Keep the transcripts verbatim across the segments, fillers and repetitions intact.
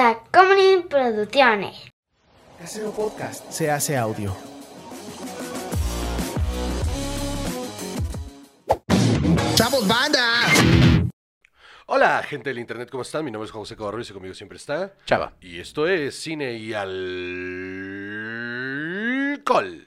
Tacomunin Producciones. Casero Podcast se hace audio. ¡Chavos, banda! Hola, gente del internet, ¿cómo están? Mi nombre es José Cabarro y conmigo siempre está Chava. Y esto es Cine y Alcohol.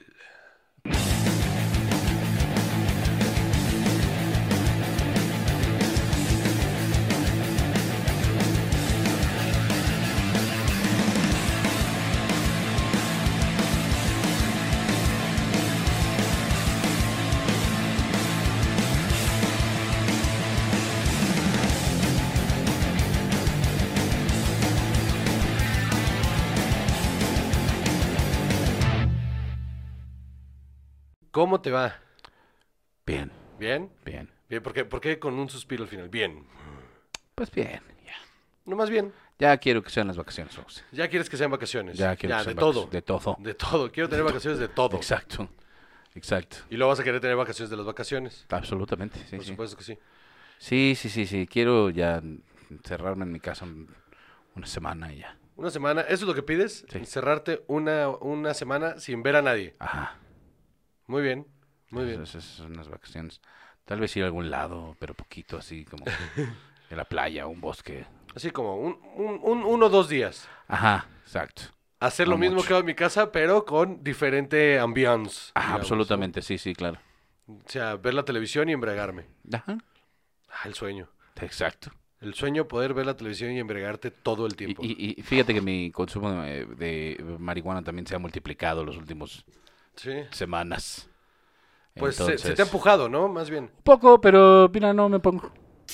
¿Cómo te va? Bien, ¿Bien? bien. Bien, ¿por qué, por qué con un suspiro al final? Bien. Pues bien, ya. No más bien. Ya quiero que sean las vacaciones, José. Ya quieres que sean vacaciones. Ya quiero que de sean todo. vacaciones. De todo. De todo. Quiero tener vacaciones de todo. Exacto, exacto. Y luego vas a querer tener vacaciones de las vacaciones. Absolutamente, sí, Por sí. supuesto que sí. Sí, sí, sí, sí. Quiero ya encerrarme en mi casa un- una semana y ya. Una semana, ¿eso es lo que pides? Sí. Encerrarte una, una semana sin ver a nadie. Ajá. Muy bien, muy bien. Esas esas son las vacaciones. Tal vez ir a algún lado, pero poquito, así como en la playa, un bosque. Así como un, un, un- uno o dos días. Ajá, exacto. Hacer No lo mismo mucho. que hago en mi casa, pero con diferente ambiance. Ajá, digamos, absolutamente, sí, sí, claro. ¿no? O sea, ver la televisión y embriagarme. Ajá, Ah, el sueño. exacto. El sueño, poder ver la televisión y embriagarte todo el Y, tiempo. y- y fíjate que mi consumo de, de marihuana también se ha multiplicado los últimos Sí. semanas. Pues se- se, Entonces, te ha empujado, ¿no? Más bien. poco, pero mira, no me pongo.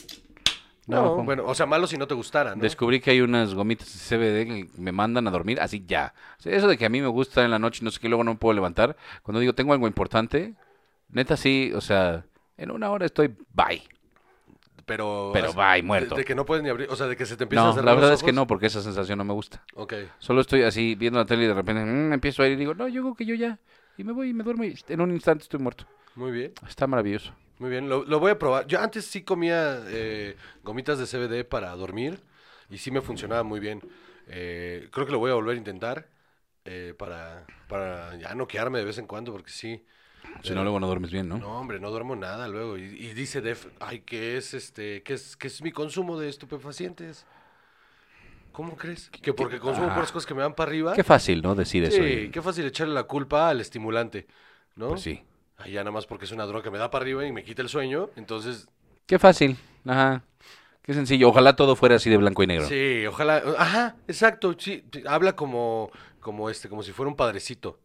No, No, me pongo. bueno, o sea, malo si no te gustara, ¿no? Descubrí que hay unas gomitas de C B D que me mandan a dormir así ya. O sea, eso de que a mí me gusta en la noche y no sé qué, luego no me puedo levantar. Cuando digo tengo algo importante, neta sí, o sea, en una hora estoy bye. Pero, Pero bye, muerto. De, de que no puedes ni abrir, o sea, de que se te empiezan a No, cerrar la verdad los es que ojos. no, porque esa sensación no me gusta. Ok. Solo estoy así viendo la tele y de repente mm, empiezo a ir y digo, no, yo creo que yo ya. Y me voy y me duermo y en un instante estoy muerto. Muy bien, Está maravilloso. muy bien. Lo, lo voy a probar. Yo antes sí comía eh, gomitas de C B D para dormir y sí me funcionaba muy bien. Eh, creo que lo voy a volver a intentar eh, para, para ya no quedarme de vez en cuando porque sí. Si Eh, no, luego no duermes bien, ¿no? No, hombre, no duermo nada luego. Y, y dice Def, ay, ¿qué es este? ¿Qué es, qué es mi consumo de estupefacientes? ¿Cómo crees? Que porque consumo Ah. puras cosas que me van para arriba. Qué fácil, ¿no? Decir eso. Sí, y- qué fácil echarle la culpa al estimulante, ¿no? Pues sí. Ay, ya nada más porque es una droga que me da para arriba y me quita el sueño, entonces, Qué fácil. Ajá. Qué sencillo. Ojalá todo fuera así de blanco y negro. sí, ojalá, ajá, exacto, sí, sí, habla como, como este, como si fuera un padrecito.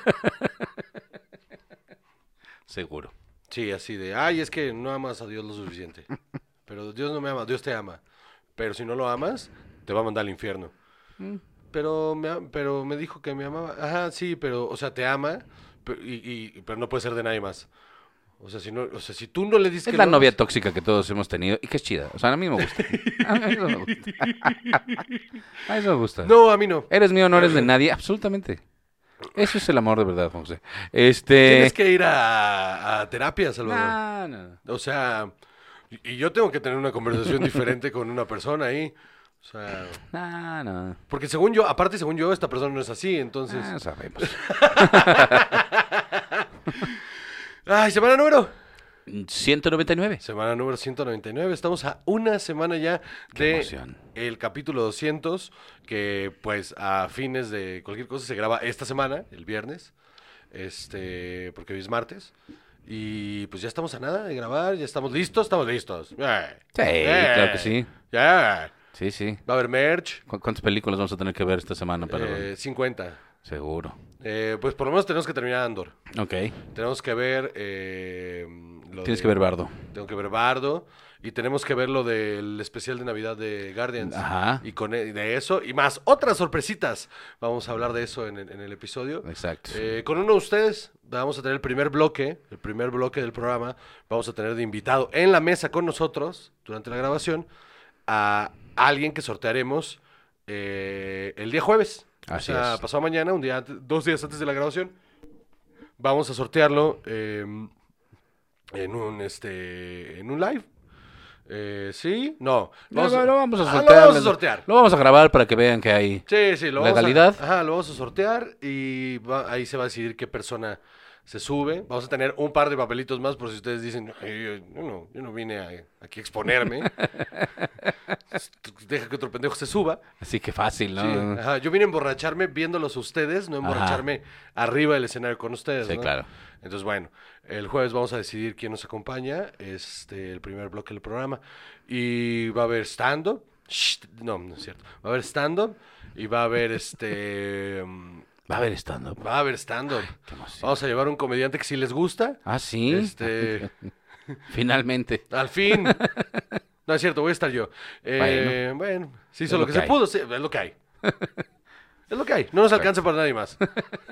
Seguro. Sí, así de, ay, es que no amas a Dios lo suficiente. Pero Dios no me ama, Dios te ama. Pero si no lo amas, te va a mandar al infierno. Mm. Pero me, am- pero me dijo que me amaba. Ajá, sí, pero, o sea, te ama, pe- y, y- pero no puede ser de nadie más. O sea, si no, o sea, si tú no le dices Es que la lo novia amas- tóxica que todos hemos tenido y que es chida. O sea, a mí me gusta. A mí eso me gusta. A eso me gusta. No, a mí no. Eres mío, no eres de nadie. Absolutamente. Eso es el amor de verdad, José. Este. Tienes que ir a, a terapia, Salvador. No, no. O sea, y y yo tengo que tener una conversación diferente con una persona ahí. O sea, No, no. porque según yo, aparte según yo, esta persona no es así, entonces... Ah, sabemos. Ay, semana número. ciento noventa y nueve. Semana número ciento noventa y nueve. Estamos a una semana ya Qué de emoción. el capítulo doscientos, que pues a fines de cualquier cosa se graba esta semana, el viernes, este, porque hoy es martes. Y pues ya estamos a nada de grabar, ya estamos listos, estamos listos. Eh, Sí, eh, claro que sí. Ya. Sí, sí. Va a haber merch. ¿Cu- ¿Cuántas películas vamos a tener que ver esta semana? Para... eh, cincuenta. Seguro. Eh, pues por lo menos tenemos que terminar Andor. Ok. Tenemos que ver. eh, lo Tienes de- que ver Bardo. Tengo que ver Bardo. Y tenemos que ver lo del especial de Navidad de Guardians. Ajá. Y con e- de eso y más otras sorpresitas. Vamos a hablar de eso en, el- en el episodio. Exacto. Eh, con uno de ustedes vamos a tener el primer bloque, el primer bloque del programa. Vamos a tener de invitado en la mesa con nosotros durante la grabación a alguien que sortearemos eh, el día jueves. Así o sea, es. pasado mañana, un día, antes- dos días antes de la grabación. Vamos a sortearlo eh, en un este en un live. Eh, ¿Sí? No. Lo, Vamos a- lo vamos a Ah, sortear. lo vamos a sortear. Lo vamos a grabar para que vean que hay Sí, sí, lo vamos legalidad. a, ajá, lo vamos a sortear y va- ahí se va a decidir qué persona se sube. Vamos a tener un par de papelitos más por si ustedes dicen, "Ay, yo, yo no, yo no vine a- aquí a exponerme. Deja que otro pendejo se suba. Así que fácil, ¿no? Sí, ajá, yo vine a emborracharme viéndolos a ustedes, no emborracharme arriba del escenario con ustedes. Sí, ¿no? claro. Entonces, bueno, el jueves vamos a decidir quién nos acompaña, este, el primer bloque del programa. Y va a haber stand-up. Shh, No, no es cierto. Va a haber stand-up y va a haber este... mm, Va a haber stand-up. Va a haber stand-up. qué emoción. Vamos a llevar un comediante que sí les gusta. Ah, sí. Este, Finalmente. al fin. No es cierto, voy a estar yo. Eh, bueno, sí hizo Es lo lo que que se hay. pudo, sí, es lo que hay. Es lo que hay, no nos alcanza para nadie más.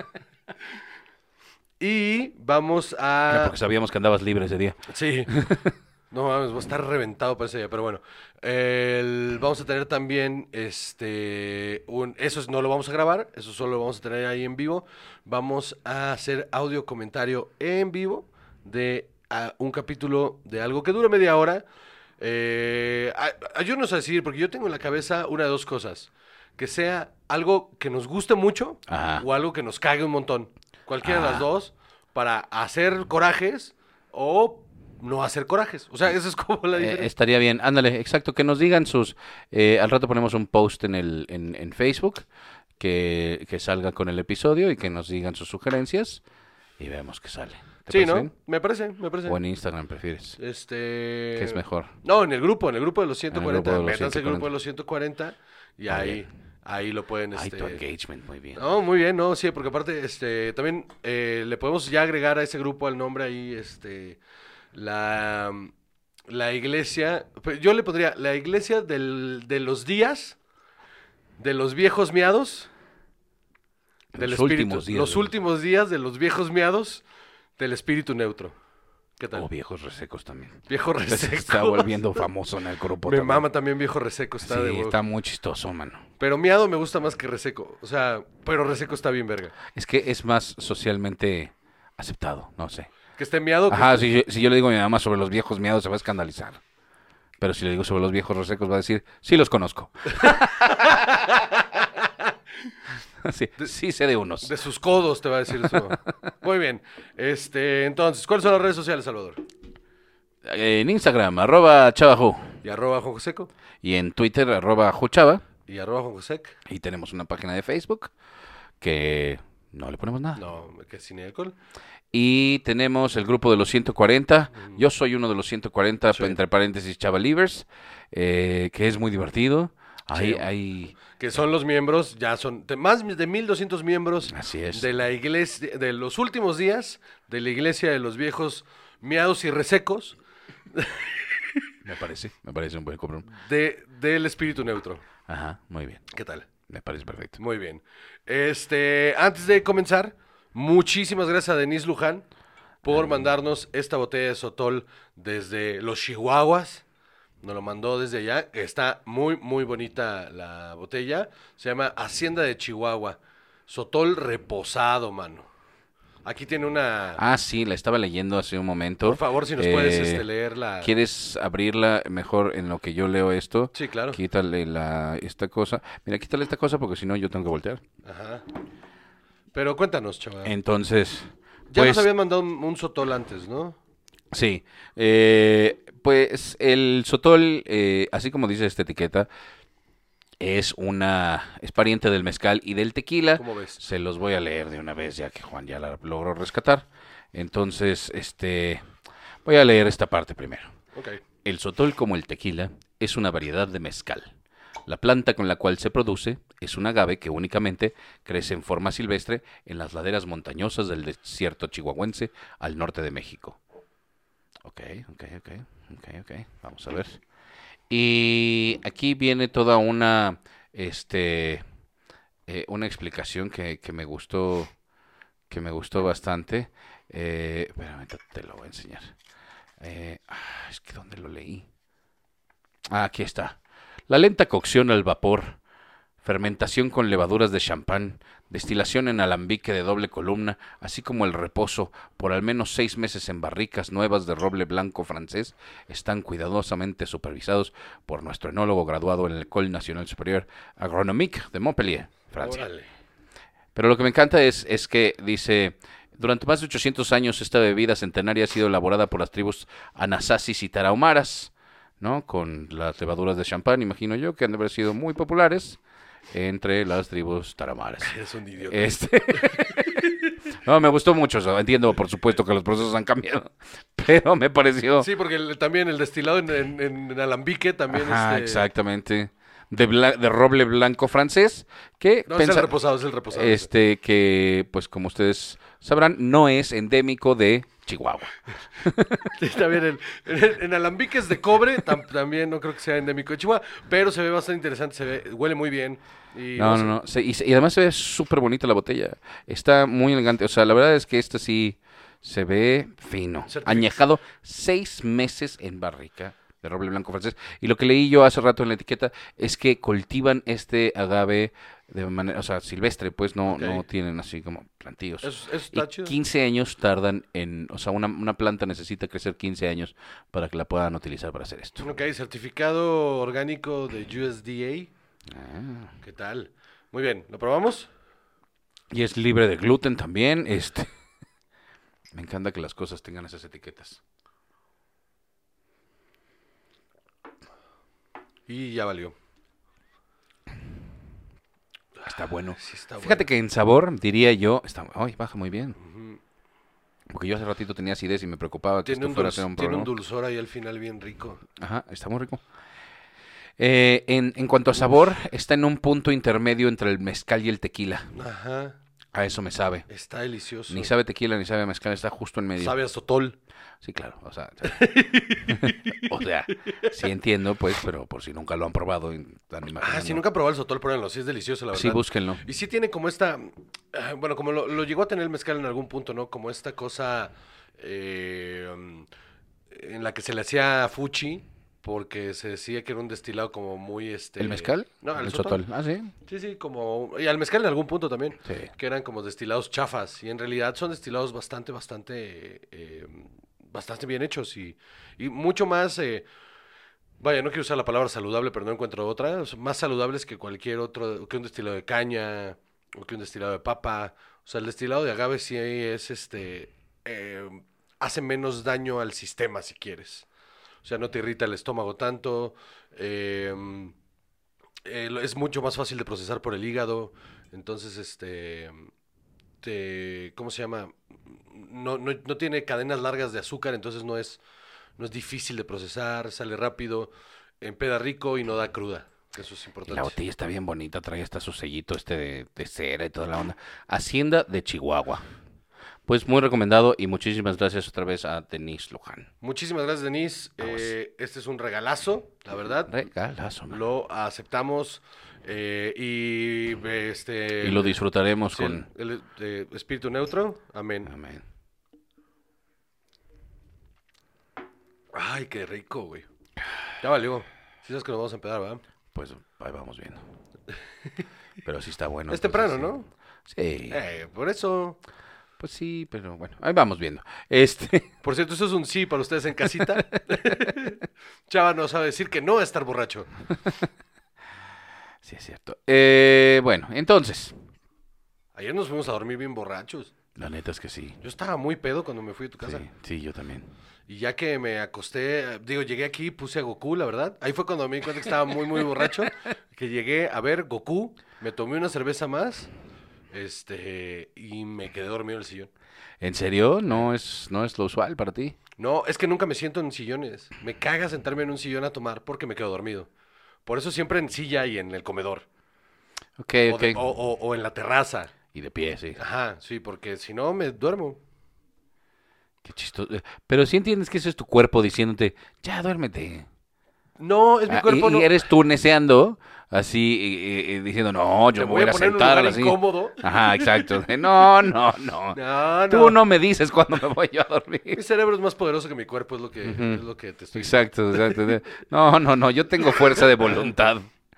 Y vamos Era a... porque sabíamos que andabas libre ese día. Sí. No mames, va a estar reventado para ese día, pero bueno. El- vamos a tener también este un eso es- no lo vamos a grabar, eso solo lo vamos a tener ahí en vivo. Vamos a hacer audio comentario en vivo de ah, un capítulo de algo que dura media hora. Eh, a- ayúdenos a decidir, porque yo tengo en la cabeza una de dos cosas. Que sea algo que nos guste mucho Ajá. o algo que nos cague un montón. Cualquiera de Ah. las dos, para hacer corajes o no hacer corajes. O sea, esa es como la Eh, diferencia. estaría bien, ándale, exacto, que nos digan sus... eh, al rato ponemos un post en el en, en Facebook que, que salga con el episodio y que nos digan sus sugerencias y vemos qué sale. ¿Te Sí, parece ¿no? bien? Me parece, me parece. O en Instagram prefieres. Este... ¿Qué es mejor? No, en el grupo, en el grupo de los ciento cuarenta. grupo de los Métanse al grupo ciento cuarenta. de los ciento cuarenta y Muy ahí, bien. ahí lo pueden... Ay, Este... tu engagement, muy bien. No, muy bien, no, sí, porque aparte, este, también eh, le podemos ya agregar a ese grupo el nombre ahí, este, la, la iglesia, pues, yo le pondría la iglesia del, de los días, de los viejos miados, del Los espíritu, últimos días los de los- últimos días de los viejos miados del espíritu neutro. ¿Qué tal? O viejos resecos también. Viejo Se reseco. está volviendo famoso en el grupo. Me también. mama también viejo reseco, está Sí, de huevos. está muy chistoso, mano. Pero miado me gusta más que reseco, o sea, pero reseco está bien verga. Es que es más socialmente aceptado, no sé. Que esté miado, que Ajá, esté- si yo, si yo le digo a mi mamá sobre los viejos miados se va a escandalizar. Pero si le digo sobre los viejos resecos va a decir, sí los conozco. sí, sí sé de unos. De sus codos te va a decir eso. Muy bien. Este, entonces, ¿cuáles son las redes sociales, Salvador? En Instagram, arroba chavaju. Y arroba Juan Joseco. Y en Twitter, arroba juchava. Y arroba Juan Josec. Y tenemos una página de Facebook que no le ponemos nada. No, que es cine de alcohol. Y tenemos el grupo de los ciento cuarenta. Yo soy uno de los ciento cuarenta, Sí. entre paréntesis, chavalivers, eh, que es muy divertido. Ahí, Sí. ahí, Que son los miembros, ya son de más de mil doscientos miembros así es. de la iglesia, de los últimos días de la iglesia de los viejos miados y resecos Me parece, me parece un buen comprón. de, del espíritu neutro. Ajá, muy bien. ¿Qué tal? Me parece perfecto. Muy bien. Este, antes de comenzar, muchísimas gracias a Denise Luján por mandarnos esta botella de Sotol desde los Chihuahuas. Nos lo mandó desde allá. Está muy, muy bonita la botella. Se llama Hacienda de Chihuahua. Sotol reposado, mano. Aquí tiene una... Ah, sí, la estaba leyendo hace un momento. Por favor, si nos puedes Eh, este, leer la... ¿Quieres abrirla mejor en lo que yo leo esto? Sí, claro. Quítale la, esta cosa. Mira, quítale esta cosa porque si no yo tengo que voltear. Ajá. Pero cuéntanos, chaval. Entonces, Ya pues, nos habían mandado un, un Sotol antes, ¿no? sí. Eh, pues el sotol, eh, así como dice esta etiqueta, es una es pariente del mezcal y del tequila. ¿Cómo ves? Se los voy a leer de una vez ya que Juan ya la logró rescatar. Entonces, este voy a leer esta parte primero. Ok. El sotol, como el tequila, es una variedad de mezcal. La planta con la cual se produce es un agave que únicamente crece en forma silvestre en las laderas montañosas del desierto chihuahuense al norte de México. Ok, ok, ok, ok, ok. Vamos a ver. Y aquí viene toda una, este, eh, una explicación que, que me gustó, que me gustó bastante. Eh, espérame, te, te lo voy a enseñar. Eh, ah, es que ¿dónde lo leí? Ah, aquí está. La lenta cocción al vapor fermentación con levaduras de champán, destilación en alambique de doble columna, así como el reposo por al menos seis meses en barricas nuevas de roble blanco francés, están cuidadosamente supervisados por nuestro enólogo graduado en el École Nationale Supérieure Agronomique de Montpellier, Francia. Órale. Pero lo que me encanta es, es que dice, durante más de ochocientos años esta bebida centenaria ha sido elaborada por las tribus Anasasis y Tarahumaras, ¿no? Con las levaduras de champán, imagino yo, que han de haber sido muy populares entre las tribus tarahumaras. Eres un idiota. Este... no, me gustó mucho eso. Entiendo, por supuesto, que los procesos han cambiado, pero me pareció... Sí, porque el- también el destilado en, en- en alambique también Ajá, este... exactamente. De, bla- de roble blanco francés, que No, es pensa- el reposado, es el reposado. este que, pues como ustedes sabrán, no es endémico de Chihuahua. Sí, también el- en, en alambiques de cobre tam- también no creo que sea endémico de Chihuahua, pero se ve bastante interesante, se ve, huele muy bien. Y No, sé. no, no. se- y, se- y además se ve súper bonita la botella. Está muy elegante. O sea, la verdad es que esta sí se ve fino. Certific- Añejado seis meses en barrica de roble blanco francés. Y lo que leí yo hace rato en la etiqueta es que cultivan este agave de manera, o sea, silvestre, pues no, Ok. no tienen así como plantíos. Eso, eso Y está chido. quince años tardan en, o sea, una, una planta necesita crecer quince años para que la puedan utilizar para hacer esto. Ok, certificado orgánico de U S D A. Ah. ¿Qué tal? Muy bien, ¿lo probamos? Y es libre de gluten también, este. Me encanta que las cosas tengan esas etiquetas. Y ya valió. Está bueno. Sí está Fíjate bueno. que en sabor, diría yo, está, ay, baja muy bien. Porque yo hace ratito tenía acidez y me preocupaba que Tiene esto un, fuera a dulz- ser un tiene un problema. dulzor ahí al final bien rico. Ajá, está muy rico. Eh, en, en cuanto a sabor, está en un punto intermedio entre el mezcal y el tequila. Ajá, A eso me sabe. está delicioso. Ni sabe tequila ni sabe mezcal, está justo en medio. Sabe a sotol. Sí, claro. O sea, o sea, sí entiendo, pues, pero por si nunca lo han probado. Están Ah, imaginando. si nunca he probado el sotol, pruébenlo, sí es delicioso, la verdad. Sí, búsquenlo. Y sí tiene como esta, ah, bueno, como lo, lo llegó a tener el mezcal en algún punto, ¿no? Como esta cosa eh, um, en la que se le hacía fuchi, porque se decía que era un destilado como muy, este... ¿El mezcal? No, el, el sotol. sotol. Ah, sí. Sí, sí, como... Y al mezcal en algún punto también. Sí. Que eran como destilados chafas. Y en realidad son destilados bastante, bastante... eh, bastante bien hechos y, y mucho más... eh, vaya, no quiero usar la palabra saludable, pero no encuentro otra. Son más saludables que cualquier otro... Que un destilado de caña o que un destilado de papa. O sea, el destilado de agave sí es, este... eh, hace menos daño al sistema, si quieres. O sea, no te irrita el estómago tanto. eh, eh, es mucho más fácil de procesar por el hígado. Entonces, este... Te, ¿cómo se llama? No, no, no tiene cadenas largas de azúcar, entonces no es, no es difícil de procesar, sale rápido, empeda rico y no da cruda. que Eso es Y importante. la botella está bien bonita, trae hasta su sellito este de, de cera y toda la onda. Hacienda de Chihuahua. Pues muy recomendado y muchísimas gracias otra vez a Denise Luján. Muchísimas gracias, Denise. Vamos. Eh, este es un regalazo, la verdad. Regalazo, man. Lo aceptamos eh, y este Y lo disfrutaremos sí, con... el, el, eh, espíritu neutro. Amén. Amén. Ay, qué rico, güey. Ya valió. Si sabes que nos vamos a empezar, ¿verdad? Pues ahí vamos viendo. Pero sí está bueno. Es entonces, temprano, sí. ¿no? Sí. Eh, por eso. Pues sí, pero bueno, ahí vamos viendo. Este... Por cierto, eso es un sí para ustedes en casita. Chava no sabe decir que no es estar borracho. Sí, es cierto. Eh, bueno, entonces... Ayer nos fuimos a dormir bien borrachos. La neta es que sí. Yo estaba muy pedo cuando me fui a tu casa. Sí, sí, yo también. Y ya que me acosté, digo, llegué aquí, puse a Goku, la verdad. Ahí fue cuando me di cuenta que estaba muy, muy borracho. Que llegué a ver Goku, me tomé una cerveza más, este, y me quedé dormido en el sillón. ¿En serio? ¿No es, no es lo usual para ti? No, es que nunca me siento en sillones. Me caga sentarme en un sillón a tomar porque me quedo dormido. Por eso siempre en silla y en el comedor. Ok, O, ok. de- o- o- o en la terraza. Y de pie, sí. Ajá, sí, porque si no me duermo. Qué chistoso. Pero sí entiendes que ese es tu cuerpo diciéndote, ya duérmete. No, es mi Ah, cuerpo, y, no. y eres tú neceando, así, y- y- y diciendo, no, yo Te me voy voy a a poner en un sentar lugar así. incómodo. Ajá, exacto. De, No, no, no. No, no. Tú no me dices cuándo me voy yo a Mi dormir. cerebro es más poderoso que mi cuerpo, es lo que, Ujú. es lo que te estoy Exacto, exacto. De- No, no, no, yo tengo fuerza de voluntad.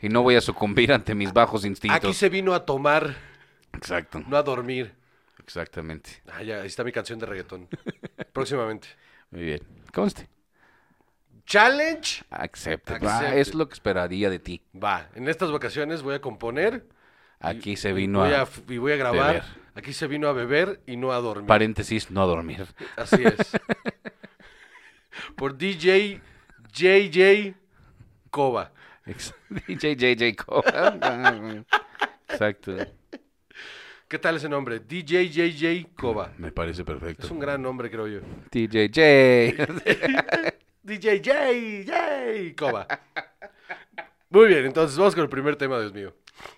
y no voy a sucumbir ante mis bajos instintos. Aquí se vino a tomar, Exacto, no a dormir. exactamente. Ah, ya, ahí está mi canción de reggaetón. Próximamente. Muy bien. Conste. Challenge. Accepted. Accepted. Ah, es lo que esperaría de ti. Va, en estas vacaciones voy a componer. Aquí y- se y vino voy a, a, y voy a grabar. beber. Aquí se vino a beber y no a dormir. paréntesis, no dormir. Así es. Por D J J J Coba. Ex- D J J J Coba. Exacto. ¿Qué tal ese nombre? D J J J Coba. Me parece perfecto. Es un gran nombre, creo yo. D J J. D J J J Coba. Muy bien, entonces vamos con el primer tema, Dios mío.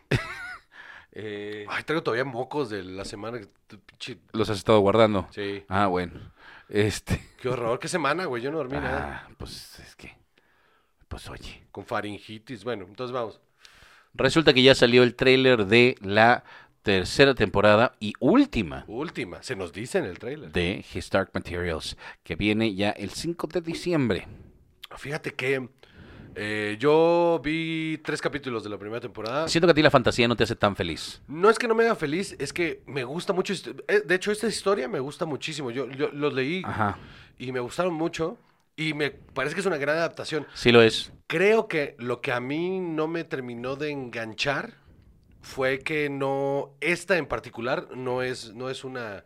Eh, Ay, traigo todavía mocos de la semana. Pinche- ¿Los has estado guardando? Sí. Ah, bueno. Este. Qué horror. ¿Qué semana, güey? Yo no dormí nada. Ah, pues es que. Pues oye. Con faringitis. Bueno, entonces vamos. Resulta que ya salió el tráiler de la tercera temporada y última Última. Se nos dice en el tráiler. de His Dark Materials, que viene ya el cinco de diciembre. Fíjate que eh, yo vi tres capítulos de la primera temporada. Siento que a ti la fantasía no te hace tan feliz. No es que no me haga feliz, es que me gusta mucho. hist- eh, De hecho, esta historia me gusta muchísimo. Yo, yo los leí Ajá. y me gustaron mucho. Y me parece que es una gran adaptación. Sí lo es. Creo que lo que a mí no me terminó de enganchar fue que no, esta en particular no es, no es una,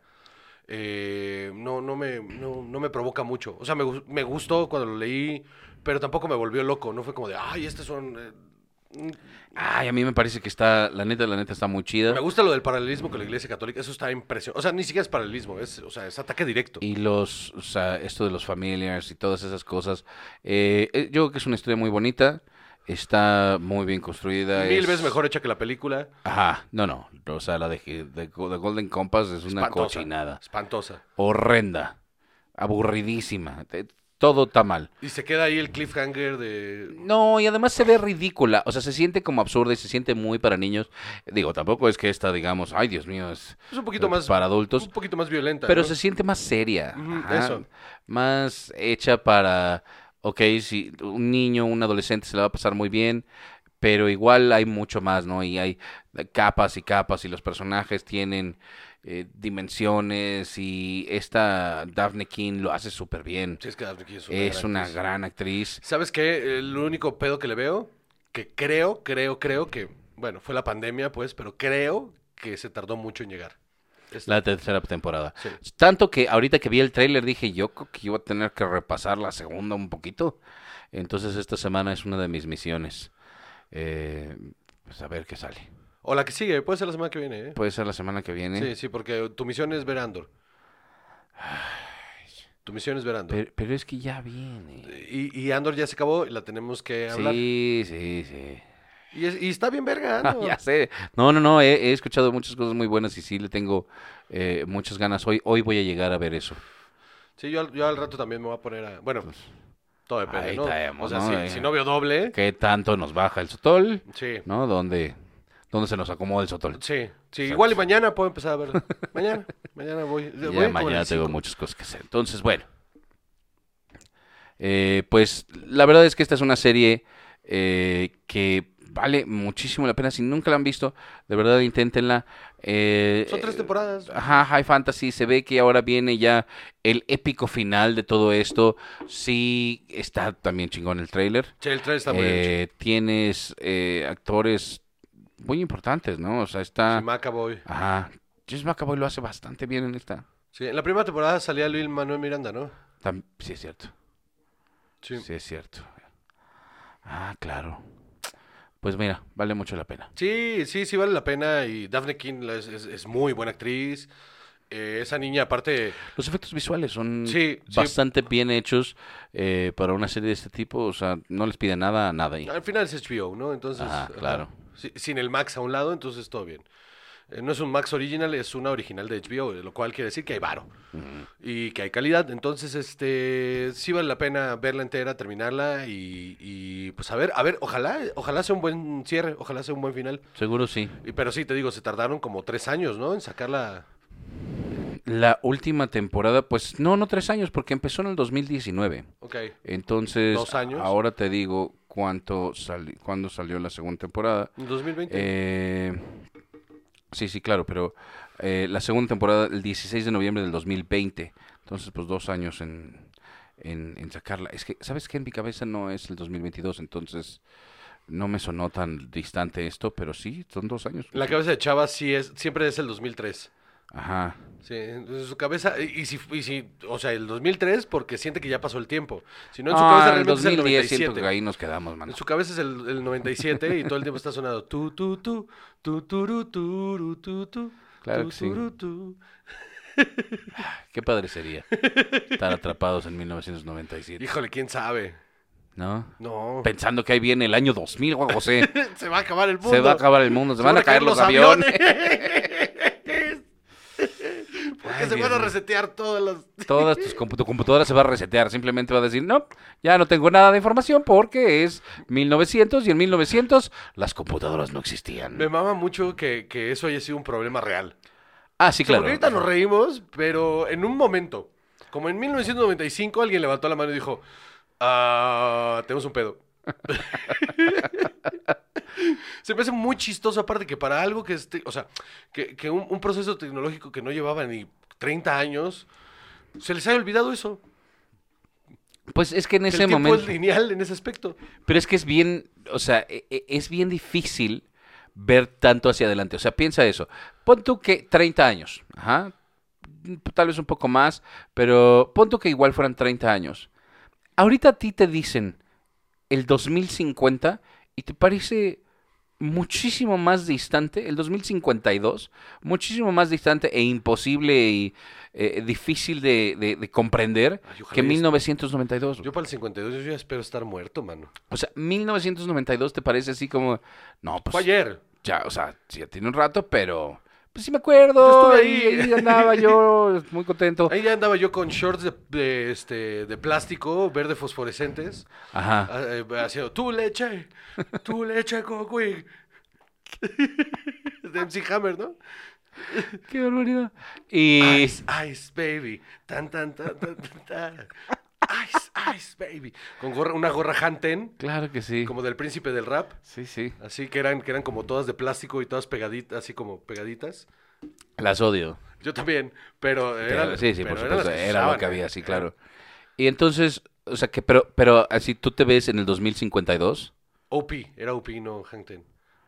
eh, no, no me, no, no me provoca mucho. O sea, me, gus- me gustó cuando lo leí, pero tampoco me volvió loco. No fue como de, ay, estos son, eh, mm". Ay, a mí me parece que está, la neta, la neta está muy chida. Me gusta lo del paralelismo con la Iglesia Católica. Eso está impresionante. O sea, ni siquiera es paralelismo, es, o sea, es ataque directo. Y los, o sea, esto de los familiars y todas esas cosas. eh, eh, yo creo que es una historia muy bonita. Está muy bien construida. Mil es- veces mejor hecha que la película. Ajá, no, no. O sea, la de, de, de Golden Compass es una Espantosa. cochinada. Espantosa. Horrenda. Aburridísima. te- Todo está mal. Y se queda ahí el cliffhanger de... No, y además se ve ridícula. O sea, se siente como absurda y se siente muy para niños. Digo, tampoco es que esta, digamos, ay, Dios mío, es, Es un poquito más... para adultos. Un poquito más violenta, Pero ¿no? se siente más seria. Ujú, Ajá. eso. Más hecha para, ok, si un niño, un adolescente se le va a pasar muy bien, pero igual hay mucho más, ¿no? Y hay capas y capas y los personajes tienen eh, dimensiones y esta Daphne King lo hace súper bien. Sí, es que Daphne King es una, Es gran una actriz. gran actriz. ¿Sabes qué? El único pedo que le veo, que creo, creo, creo que... Bueno, fue la pandemia, pues, pero creo que se tardó mucho en llegar. Esta- La tercera temporada. Sí. Tanto que ahorita que vi el tráiler dije, yo creo que iba a tener que repasar la segunda un poquito. Entonces esta semana es una de mis misiones. Eh, pues a ver qué sale. O la que sigue, puede ser la semana que viene, ¿eh? Puede ser la semana que viene. Sí, sí, porque tu misión es ver Andor. Tu misión es ver Andor. Pero, pero es que ya viene. Y, y Andor ya se acabó y la tenemos que hablar. Sí, sí, sí. Y, es- y está bien verga, Ah, Andor. ya sé. No, no, no. He, he escuchado muchas cosas muy buenas y sí le tengo eh, muchas ganas. Hoy, hoy voy a llegar a ver eso. Sí, yo, al- yo al rato también me voy a poner a... Bueno, todo depende, Pues, ahí ¿no? traemos, O sea, ¿no? si, Eh. si no veo doble... ¿Qué tanto nos baja el sotol? Sí, ¿No? ¿Dónde, dónde se nos acomoda el sotol? sí, sí. Igual y mañana puedo empezar a ver. Mañana, mañana voy. Ya voy como en mañana el tengo cinco. muchas cosas que hacer. Entonces, bueno. Eh, pues la verdad es que esta es una serie eh, que vale muchísimo la pena. Si nunca la han visto, de verdad inténtenla. Eh, Son tres temporadas. Ajá, High Fantasy. Se ve que ahora viene ya el épico final de todo esto. Sí, está también chingón el tráiler. Sí, el tres está muy bien hecho. Eh, tienes eh, actores muy importantes, ¿no? O sea, está... Sí, McAvoy. Ajá. James McAvoy lo hace bastante bien en esta. Sí, en la primera temporada salía Luis Manuel Miranda, ¿no? Tam- sí, es cierto. Sí. Sí, es cierto. Ah, claro. Pues mira, vale mucho la pena. Sí, sí, sí vale la pena. Y Daphne King la- es, es- es muy buena actriz. Eh, esa niña, aparte, Los efectos visuales son Sí, sí. bastante bien hechos eh, para una serie de este tipo. O sea, no les pide nada a nada. ahí. al final es H B O, ¿no? Entonces, Ajá, ajá. claro. Sí, sin el Max a un lado, entonces todo bien. Eh, no es un Max original, es una original de H B O, lo cual quiere decir que hay varo y que hay calidad. Entonces, este, sí vale la pena verla entera, terminarla y, y, pues a ver, a ver, ojalá, ojalá sea un buen cierre, ojalá sea un buen final. Seguro sí. Y- pero sí, te digo, se tardaron como tres años, ¿no? En sacarla. La última temporada, pues no, no tres años, porque empezó en el dos mil diecinueve. Ok. Entonces, Dos años. ahora te digo, cuánto sali- cuándo salió la segunda temporada. En dos mil veinte. Eh, sí, sí, claro, pero eh, la segunda temporada el dieciséis de noviembre del dos mil veinte. Entonces, pues dos años en, en, en sacarla. Es que, ¿sabes qué? En mi cabeza no es el dos mil veintidós, entonces no me sonó tan distante esto, pero sí, son dos años. La cabeza de Chava sí es, siempre es el dos mil tres. Ajá. Sí, entonces su cabeza, y, y si, y si, o sea, el dos mil tres porque siente que ya pasó el tiempo. Si no, en su Ah, cabeza en realmente dos es el mil diez noventa y siento siete. que ahí nos quedamos, mano. En su cabeza es el, el noventa y siete y todo el tiempo está sonando tu, tu, tu, tu, turu, turu, tu, tu, Claro tu, que sí. turu, tu. Qué padre sería estar atrapados en mil novecientos noventa y siete, Híjole, quién sabe. ¿no? No. Pensando que ahí viene el año dos mil, Juan José. Se va a acabar el mundo. Se va a acabar el mundo, se, van a caer los aviones. Porque Ay, se Dios van a mío. resetear todas las... Todas tus compu- tu computadora se va a resetear. Simplemente va a decir, no, ya no tengo nada de información porque es mil novecientos y en mil novecientos las computadoras no existían. Me mama mucho que, que eso haya sido un problema real. Ah, sí, O sea, claro. porque ahorita nos reímos, pero en un momento, como en mil novecientos noventa y cinco, alguien levantó la mano y dijo, ah, tenemos un pedo. Se me hace muy chistoso, aparte que para algo que este, o sea, que, que un, un proceso tecnológico que no llevaba ni treinta años, se les haya olvidado eso. Pues es que en Que ese el tiempo momento... es lineal en ese aspecto. Pero es que es bien, o sea, e- e- es bien difícil ver tanto hacia adelante. O sea, piensa eso. Pon tú que treinta años, ajá, tal vez un poco más, pero pon tú que igual fueran treinta años. Ahorita a ti te dicen el dos mil cincuenta y te parece muchísimo más distante, el dos mil cincuenta y dos, muchísimo más distante e imposible y eh, difícil de, de- de comprender Ay, ojalá que y es- mil novecientos noventa y dos. Yo para el cincuenta y dos yo ya espero estar muerto, mano. O sea, mil novecientos noventa y dos te parece así como, no, pues Fue ayer. ya, o sea, sí, ya tiene un rato, pero pues sí me acuerdo. Yo estuve ahí. y ahí andaba yo muy contento. Ahí ya andaba yo con shorts de, de, este, de plástico, verde fosforescentes, Ajá. ah, eh, haciendo tu leche, tu leche coqui. De M C Hammer, ¿no? Qué barbaridad. Y Ice, ice, baby. Tan, tan, tan, tan, tan, tan. Ice, ice, baby. Con gorra, una gorra Hanten, claro que sí. como del príncipe del rap. Sí, sí. Así que eran, que eran como todas de plástico y todas pegaditas, así como pegaditas. Las odio. Yo también, pero eran, sí, sí, pero por eran las supuesto, que se era lo usaban, que ¿eh? había, sí, claro. Y entonces, o sea, que pero pero así tú te ves en el dos mil cincuenta y dos. O P, era O P, no Hanten.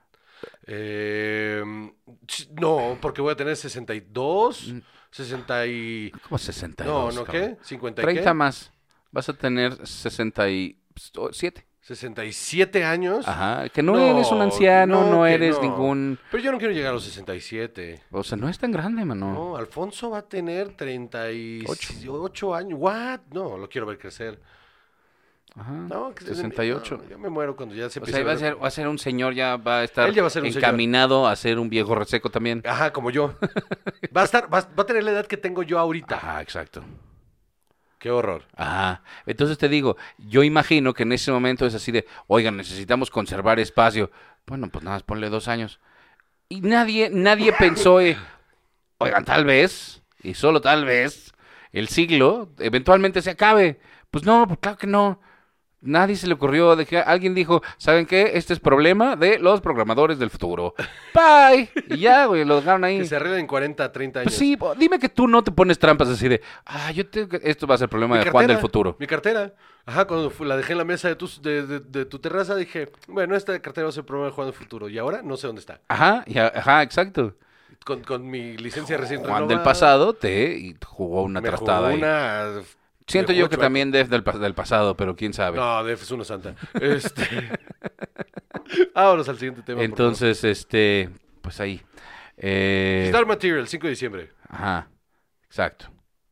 Eh, ch- no, porque voy a tener sesenta y dos, sesenta y... ¿Cómo sesenta y No, dos? ¿no cabrón? qué? ¿cincuenta y treinta qué? más. Vas a tener sesenta y siete. ¿sesenta y siete años? Ajá, que no, eres un anciano, no, que eres no. ningún... Pero yo no quiero llegar a los sesenta y siete. O sea, no es tan grande, mano. No, Alfonso va a tener treinta y Ocho. ocho años. ¿What? No, lo quiero ver crecer. Ajá, No, que sesenta y ocho. no, yo me muero cuando ya se O empiece sea, va a, ver- ser, va a ser un señor, ya va a estar Él ya va a ser un señor. encaminado a ser un viejo reseco también. Ajá, como yo. Va a estar, va, a- va a tener la edad que tengo yo ahorita. Ajá, exacto. Qué horror. Ajá. Entonces te digo, yo imagino que en ese momento es así de, oigan, necesitamos conservar espacio. Bueno, pues nada más ponle dos años. Y nadie, nadie pensó, eh, oigan, tal vez, y solo tal vez, el siglo eventualmente se acabe. Pues no, pues claro que no. Nadie se le ocurrió, de que alguien dijo, ¿saben qué? Este es problema de los programadores del futuro. Bye. Y ya, güey, lo dejaron ahí. Que se arreglen en cuarenta, treinta años. Pues sí, po- dime que tú no te pones trampas así de, ah, yo tengo que... Esto va a ser problema Mi de Juan del cartera, futuro. Mi cartera. Ajá, cuando fu- la dejé en la mesa de tu, de, de- de tu terraza, dije, bueno, esta cartera va a ser problema de Juan del futuro. Y ahora no sé dónde está. Ajá, y a- ajá, exacto. Con, con mi licencia recién Juan del renovada, pasado te y jugó una me trastada jugó ahí. una... Siento me yo jugó que chueco. también Def del, pa- del pasado, pero quién sabe. No, Def es una santa. Este... Vámonos al siguiente tema. por Entonces, este, pues ahí. favor. Eh, Star Material, cinco de diciembre. ajá, exacto.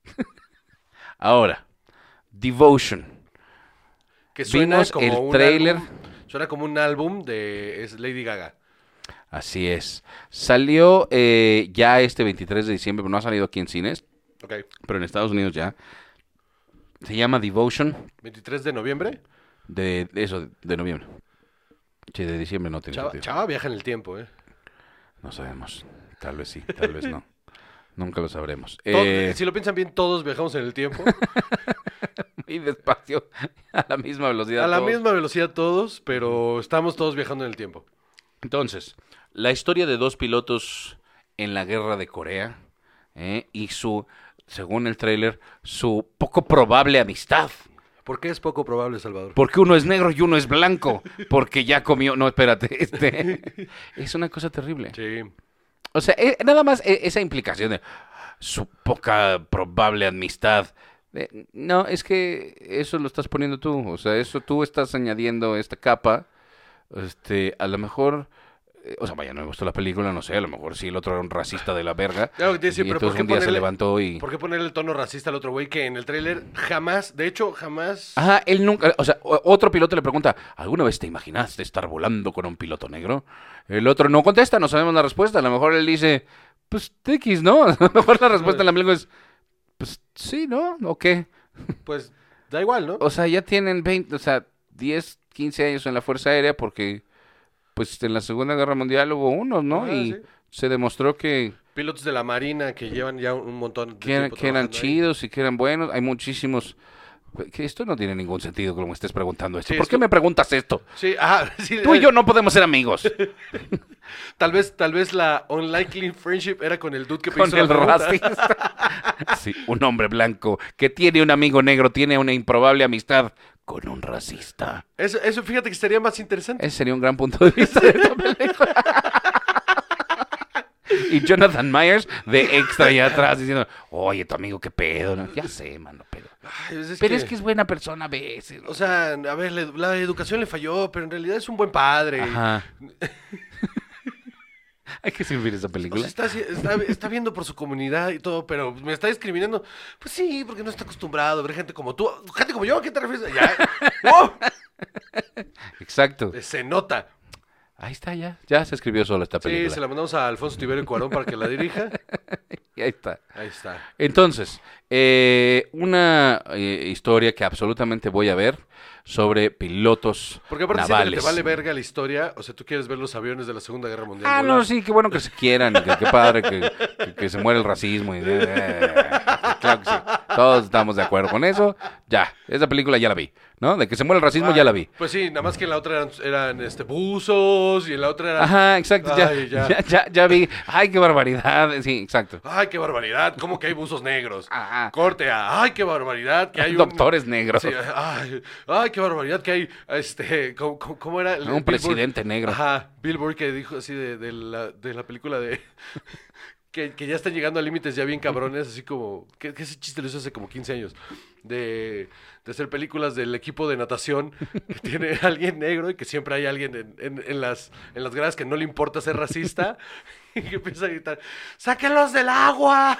Ahora, Devotion. Que suena Vimos como el un tráiler. álbum- Suena como un álbum de es Lady Gaga. Así es. Salió eh, ya este veintitrés de diciembre, pero no ha salido aquí en cines, Ok. pero en Estados Unidos ya. Se llama Devotion, veintitrés de noviembre. de, de eso, de noviembre. Sí, de diciembre no tiene Chava, sentido. Chava viaja en el tiempo, ¿eh? No sabemos. Tal vez sí, tal vez no. Nunca lo sabremos. Todo- Eh, Si lo piensan bien, todos viajamos en el tiempo. muy despacio, a la misma velocidad. A la todos. misma velocidad todos, pero estamos todos viajando en el tiempo. Entonces, la historia de dos pilotos en la guerra de Corea ¿eh? y su, según el tráiler, su poco probable amistad. ¿Por qué es poco probable, Salvador? Porque uno es negro y uno es blanco. Porque ya comió. No, espérate. Este, es una cosa terrible. Sí. O sea, eh, nada más eh, esa implicación de su poca probable amistad. Eh, no, es que eso lo estás poniendo tú. O sea, eso tú estás añadiendo esta capa. Este, a lo mejor. eh, O sea, vaya, no me gustó la película, no sé. A lo mejor sí el otro era un racista de la verga. Claro que te decía, y pero entonces ¿por qué un día se ponerle- levantó y. ¿Por qué ponerle el tono racista al otro güey que en el tráiler jamás, de hecho, jamás... Ajá, él nunca, o sea, o- otro piloto le pregunta, ¿alguna vez te imaginaste estar volando con un piloto negro? El otro no contesta, no sabemos la respuesta. A lo mejor él dice, pues X, ¿no? A lo mejor la respuesta en la película es, pues sí, ¿no? ¿O qué? Pues da igual, ¿no? O sea, ya tienen veinte, o sea, diez, quince años en la Fuerza Aérea porque, pues en la Segunda Guerra Mundial hubo unos, ¿no? Ah, y sí. se demostró que, Pilotos de la Marina que llevan ya un montón de que, eran, tiempo que eran trabajando ahí. chidos y que eran buenos. Hay muchísimos... Que esto no tiene ningún sentido como me estés preguntando esto. Sí, ¿Por esto- qué me preguntas esto? Sí, ah, sí. Tú y eh, yo no podemos ser amigos. Tal vez, tal vez la unlikely friendship era con el dude que Con hizo el la pregunta. racista. Sí, un hombre blanco que tiene un amigo negro, tiene una improbable amistad con un racista. Eso, eso fíjate que sería más interesante. Ese sería un gran punto de vista de esta película. Y Jonathan Myers de extra allá atrás diciendo, oye, tu amigo, qué pedo. ¿no? Ya sé, mano, pero... Ay, es Pero es que es buena persona a veces. ¿no? O sea, a ver, la, la educación le falló, pero en realidad es un buen padre. Ajá. Hay que escribir esa O película. sea, está, está, está viendo por su comunidad y todo, pero me está discriminando. Pues sí, porque no está acostumbrado a ver gente como tú. Gente como yo, ¿a qué te refieres? Ya. ¡Oh! Exacto. Se nota. Ahí está, ya. Ya se escribió solo esta Sí, película. se la mandamos a Alfonso Tiberio Cuarón para que la dirija. Y ahí está. Ahí está. Entonces, eh, una eh, historia que absolutamente voy a ver sobre pilotos Porque aparte siento que navales. te vale verga la historia. O sea, tú quieres ver los aviones de la Segunda Guerra Mundial. Ah, volar. no, sí, qué bueno que se quieran, y que, qué padre que, que, que se muere el racismo. Y, eh, claro que sí, todos estamos de acuerdo con eso. Ya, esa película ya la vi, ¿no? De que se muere el racismo ya la vi. Pues sí, nada más que en la otra eran, eran este, buzos y en la otra eran... Ajá, exacto, ya, Ay, ya. ya. Ya, ya vi. Ay, qué barbaridad. Sí, exacto. Ay, qué barbaridad. ¿Cómo que hay buzos negros? Ajá. Corte a... Ay, qué barbaridad. Que hay un... Doctores negros. Sí, ay, ay, qué barbaridad que hay, este, ¿cómo, cómo- cómo era? El- Un Bill Burr- presidente negro. Ajá, Bill Burr que dijo así de, de la, de la película de... Que, que ya están llegando a límites ya bien cabrones, así como... Que, que ese chiste lo hizo hace como quince años. De, de hacer películas del equipo de natación que tiene alguien negro y que siempre hay alguien en, en, en las, en las gradas que no le importa ser racista y que empieza a gritar, ¡sáquenlos del agua!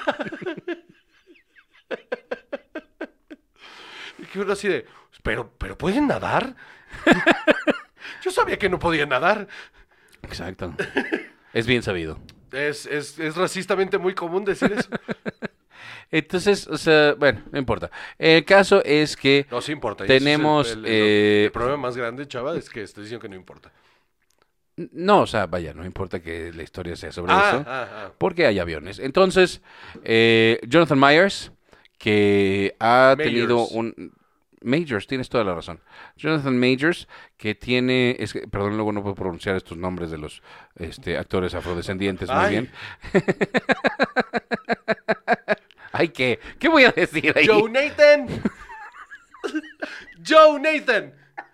Y que uno así de, ¿pero, pero pueden nadar? Yo sabía que no podían nadar. Exacto. Es bien sabido. Es, es, es racistamente muy común decir eso. Entonces, o sea, bueno, no importa. El caso es que No, sí importa. y ese es tenemos... el, el- el- eh, el problema más grande, chava, es que estoy diciendo que no importa. No, o sea, vaya, no importa que la historia sea sobre Ah, eso, ah, ah. porque hay aviones. Entonces, eh, Jonathan Myers, que ha Majors. tenido un... Majors, tienes toda la razón. Jonathan Majors, que tiene... Es que, perdón, luego no puedo pronunciar estos nombres de los este, actores afrodescendientes muy Ay. bien. Ay, ¿qué? ¿Qué voy a decir ahí? Joe Nathan. Joe Nathan.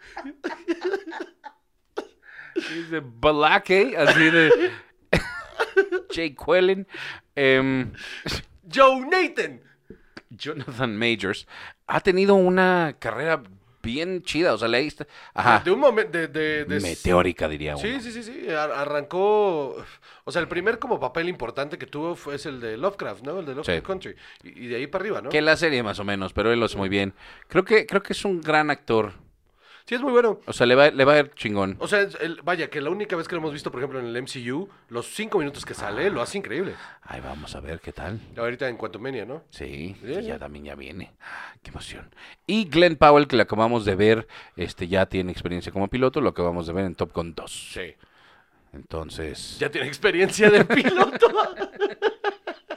Dice Balake, así de... Jake Quellen. Em, Joe Nathan. Jonathan Majors ha tenido una carrera bien chida, o sea, le está... Ajá, De un momento de, de, de- meteórica diría uno. Sí, sí, sí, sí. Ar- arrancó. O sea, el primer como papel importante que tuvo fue es el de Lovecraft, ¿no? El de Lovecraft Sí. Country. Y, y de ahí para arriba, ¿no? Que la serie más o menos, pero él lo hace muy bien. Creo que creo que es un gran actor. Sí, es muy bueno. O sea, le va, le va a ir chingón. O sea, es- el- vaya, que la única vez que lo hemos visto, por ejemplo, en el M C U, los cinco minutos que sale, lo hace increíble. Ay, vamos a ver qué tal. Ahorita en Quantumania, ¿no? Sí, Sí, que sí. ya también ya viene. Qué emoción. Y Glenn Powell, que lo acabamos de ver, este ya tiene experiencia como piloto, lo acabamos de ver en Top Gun dos. Sí. Entonces, Ya tiene experiencia de piloto.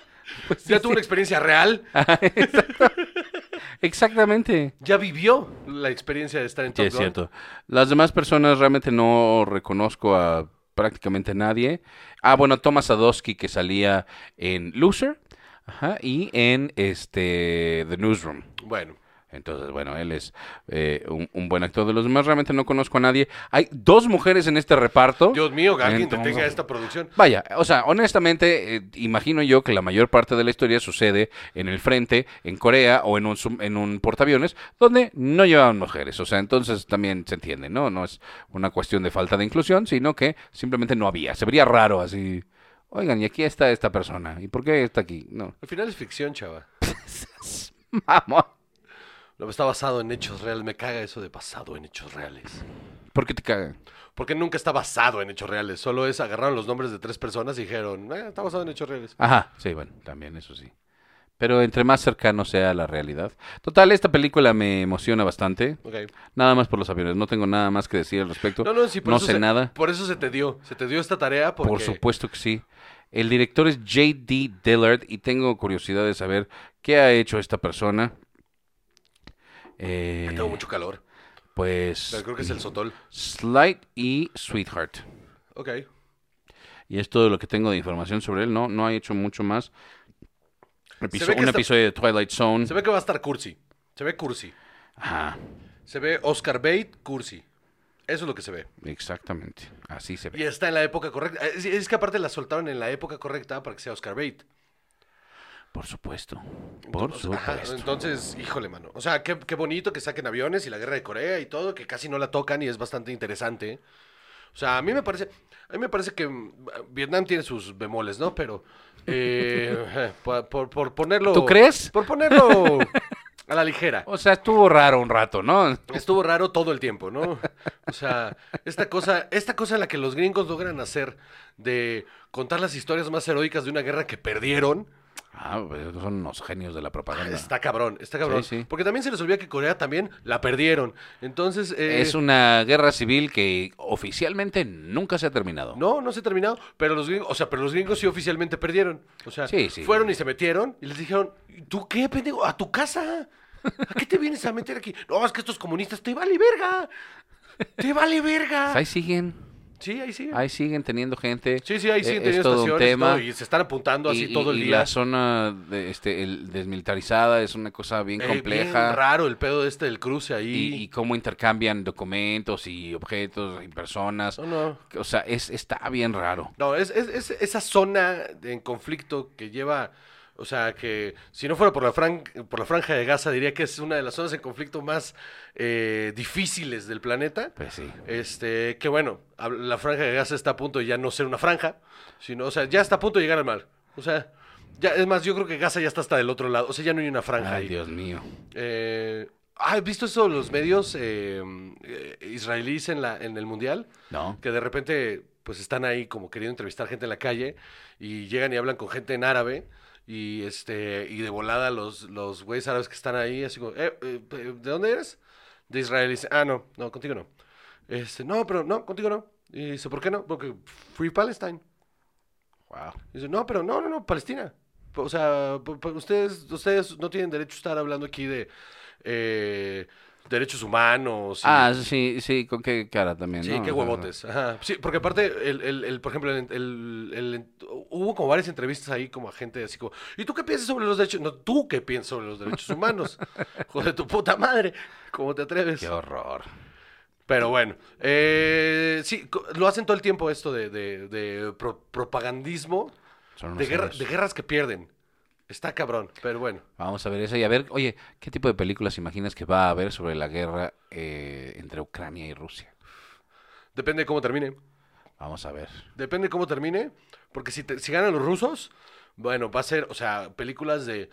Pues sí, ya sí. tuvo una experiencia real. Exacto. Exactamente. Ya vivió la experiencia de estar en Sí, Top es Gun. cierto. Las demás personas realmente no reconozco a prácticamente nadie. Ah, bueno, Thomas Sadowski, que salía en Loser, ajá, y en este The Newsroom. Bueno, Entonces, bueno, él es eh, un, un buen actor. De los demás realmente no conozco a nadie. Hay dos mujeres en este reparto. Dios mío, que alguien Entonces- detenga esta producción. Vaya, o sea, honestamente, eh, imagino yo que la mayor parte de la historia sucede en el frente, en Corea o en un, sum- en un portaaviones, donde no llevaban mujeres. O sea, entonces también se entiende, ¿no? No es una cuestión de falta de inclusión, sino que simplemente no había. Se vería raro así. Oigan, y aquí está esta persona. ¿Y por qué está aquí? No. Al final es ficción, chava. Vamos. No, está basado en hechos reales. Me caga eso de basado en hechos reales. ¿Por qué te cagan? Porque nunca está basado en hechos reales. Solo es agarraron los nombres de tres personas y dijeron, eh, está basado en hechos reales. Ajá, sí, bueno, también eso sí. Pero entre más cercano sea a la realidad. Total, esta película me emociona bastante. Ok. Nada más por los aviones. No tengo nada más que decir al respecto. No, no, sí, por no eso sé se- nada. Por eso se te dio. Se te dio esta tarea porque... Por supuesto que sí. El director es J D Dillard y tengo curiosidad de saber qué ha hecho esta persona. Eh, Tengo mucho calor. Pues Pero creo que es el sotol. Slight y Sweetheart. Ok. Y es todo lo que tengo de información sobre él. No, no ha hecho mucho más. Episo- ve que un está- episodio de Twilight Zone. Se ve que va a estar cursi. Se ve cursi. Ajá, Se ve Oscar Bate cursi. Eso es lo que se ve. exactamente. Así se ve. Y está en la época correcta. Es, es que aparte la soltaron en la época correcta para que sea Oscar Bate. Por supuesto. Por Entonces, ajá, supuesto. entonces, híjole, mano. O sea, qué, qué bonito que saquen aviones y la guerra de Corea y todo, que casi no la tocan y es bastante interesante. O sea, a mí me parece, a mí me parece que mm, Vietnam tiene sus bemoles, ¿no? Pero eh, por, por- por ponerlo, ¿Tú crees? Por ponerlo a la ligera. O sea, estuvo raro un rato, ¿no? Estuvo raro todo el tiempo, ¿no? O sea, esta cosa, esta cosa en la que los gringos logran hacer de contar las historias más heroicas de una guerra que perdieron. Ah, pues son unos genios de la propaganda. Está cabrón, está cabrón. Sí, sí. Porque también se les olvida que Corea también la perdieron. Entonces, eh, Es una guerra civil que oficialmente nunca se ha terminado. no, no se ha terminado, pero los gringos, o sea, pero los gringos sí oficialmente perdieron. O sea, Sí, sí. fueron y se metieron y les dijeron, ¿tú qué, pendejo? ¿A tu casa? ¿A qué te vienes a meter aquí? No, es que estos comunistas te vale verga. Te vale verga. Ahí siguen, Sí, ahí sí. ahí siguen teniendo gente. Sí, sí, ahí Eh, siguen es teniendo todo un estaciones y tema. todo, y se están apuntando así Y- todo el y día. la zona de, este, el- desmilitarizada es una cosa bien Eh, compleja. bien raro el pedo este del cruce y, ahí. y cómo intercambian documentos y objetos y personas. No, no. O sea, es, está bien raro. No, es, es, es esa zona en conflicto que lleva, o sea, que si no fuera por la, fran- por la franja de Gaza, diría que es una de las zonas en conflicto más eh, difíciles del planeta. Pues sí. Este, que bueno, hab- la franja de Gaza está a punto de ya no ser una franja, sino, o sea, ya está a punto de llegar al mar. O sea, ya, es más, yo creo que Gaza ya está hasta del otro lado, o sea, ya no hay una franja Ay, ahí. Dios mío. Eh, ah, ¿has visto eso los medios eh, eh, israelíes en, la, en el Mundial? No. Que de repente pues están ahí como queriendo entrevistar gente en la calle y llegan y hablan con gente en árabe y este y de volada los los güeyes árabes que están ahí así como eh, eh, ¿de dónde eres? De Israel. Y dice, ah, no, no, contigo no. Este, no, pero no, contigo no. Y dice, ¿por qué no? Porque Free Palestine. Wow. Y dice, no, pero no, no, no, Palestina. O sea, p- p- ustedes ustedes no tienen derecho a estar hablando aquí de eh, derechos humanos. y- Ah, sí, sí, con qué cara también, Sí, ¿no? qué O sea, huevotes. Ajá. Sí, porque aparte, el, el, el, por ejemplo, el, el- el- hubo como varias entrevistas ahí como a gente así como, ¿y tú qué piensas sobre los derechos? No, ¿tú qué piensas sobre los derechos humanos? Joder, tu puta madre. ¿Cómo te atreves? Qué horror. Pero bueno, eh, sí, co- lo hacen todo el tiempo esto de, de, de pro- propagandismo, Son unos de, guerra- genios. de guerras que pierden. Está cabrón, pero bueno. Vamos a ver eso y a ver, oye, ¿qué tipo de películas imaginas que va a haber sobre la guerra eh, entre Ucrania y Rusia? Depende de cómo termine. Vamos a ver. Depende de cómo termine, porque si, te- si ganan los rusos, bueno, va a ser, o sea, películas de,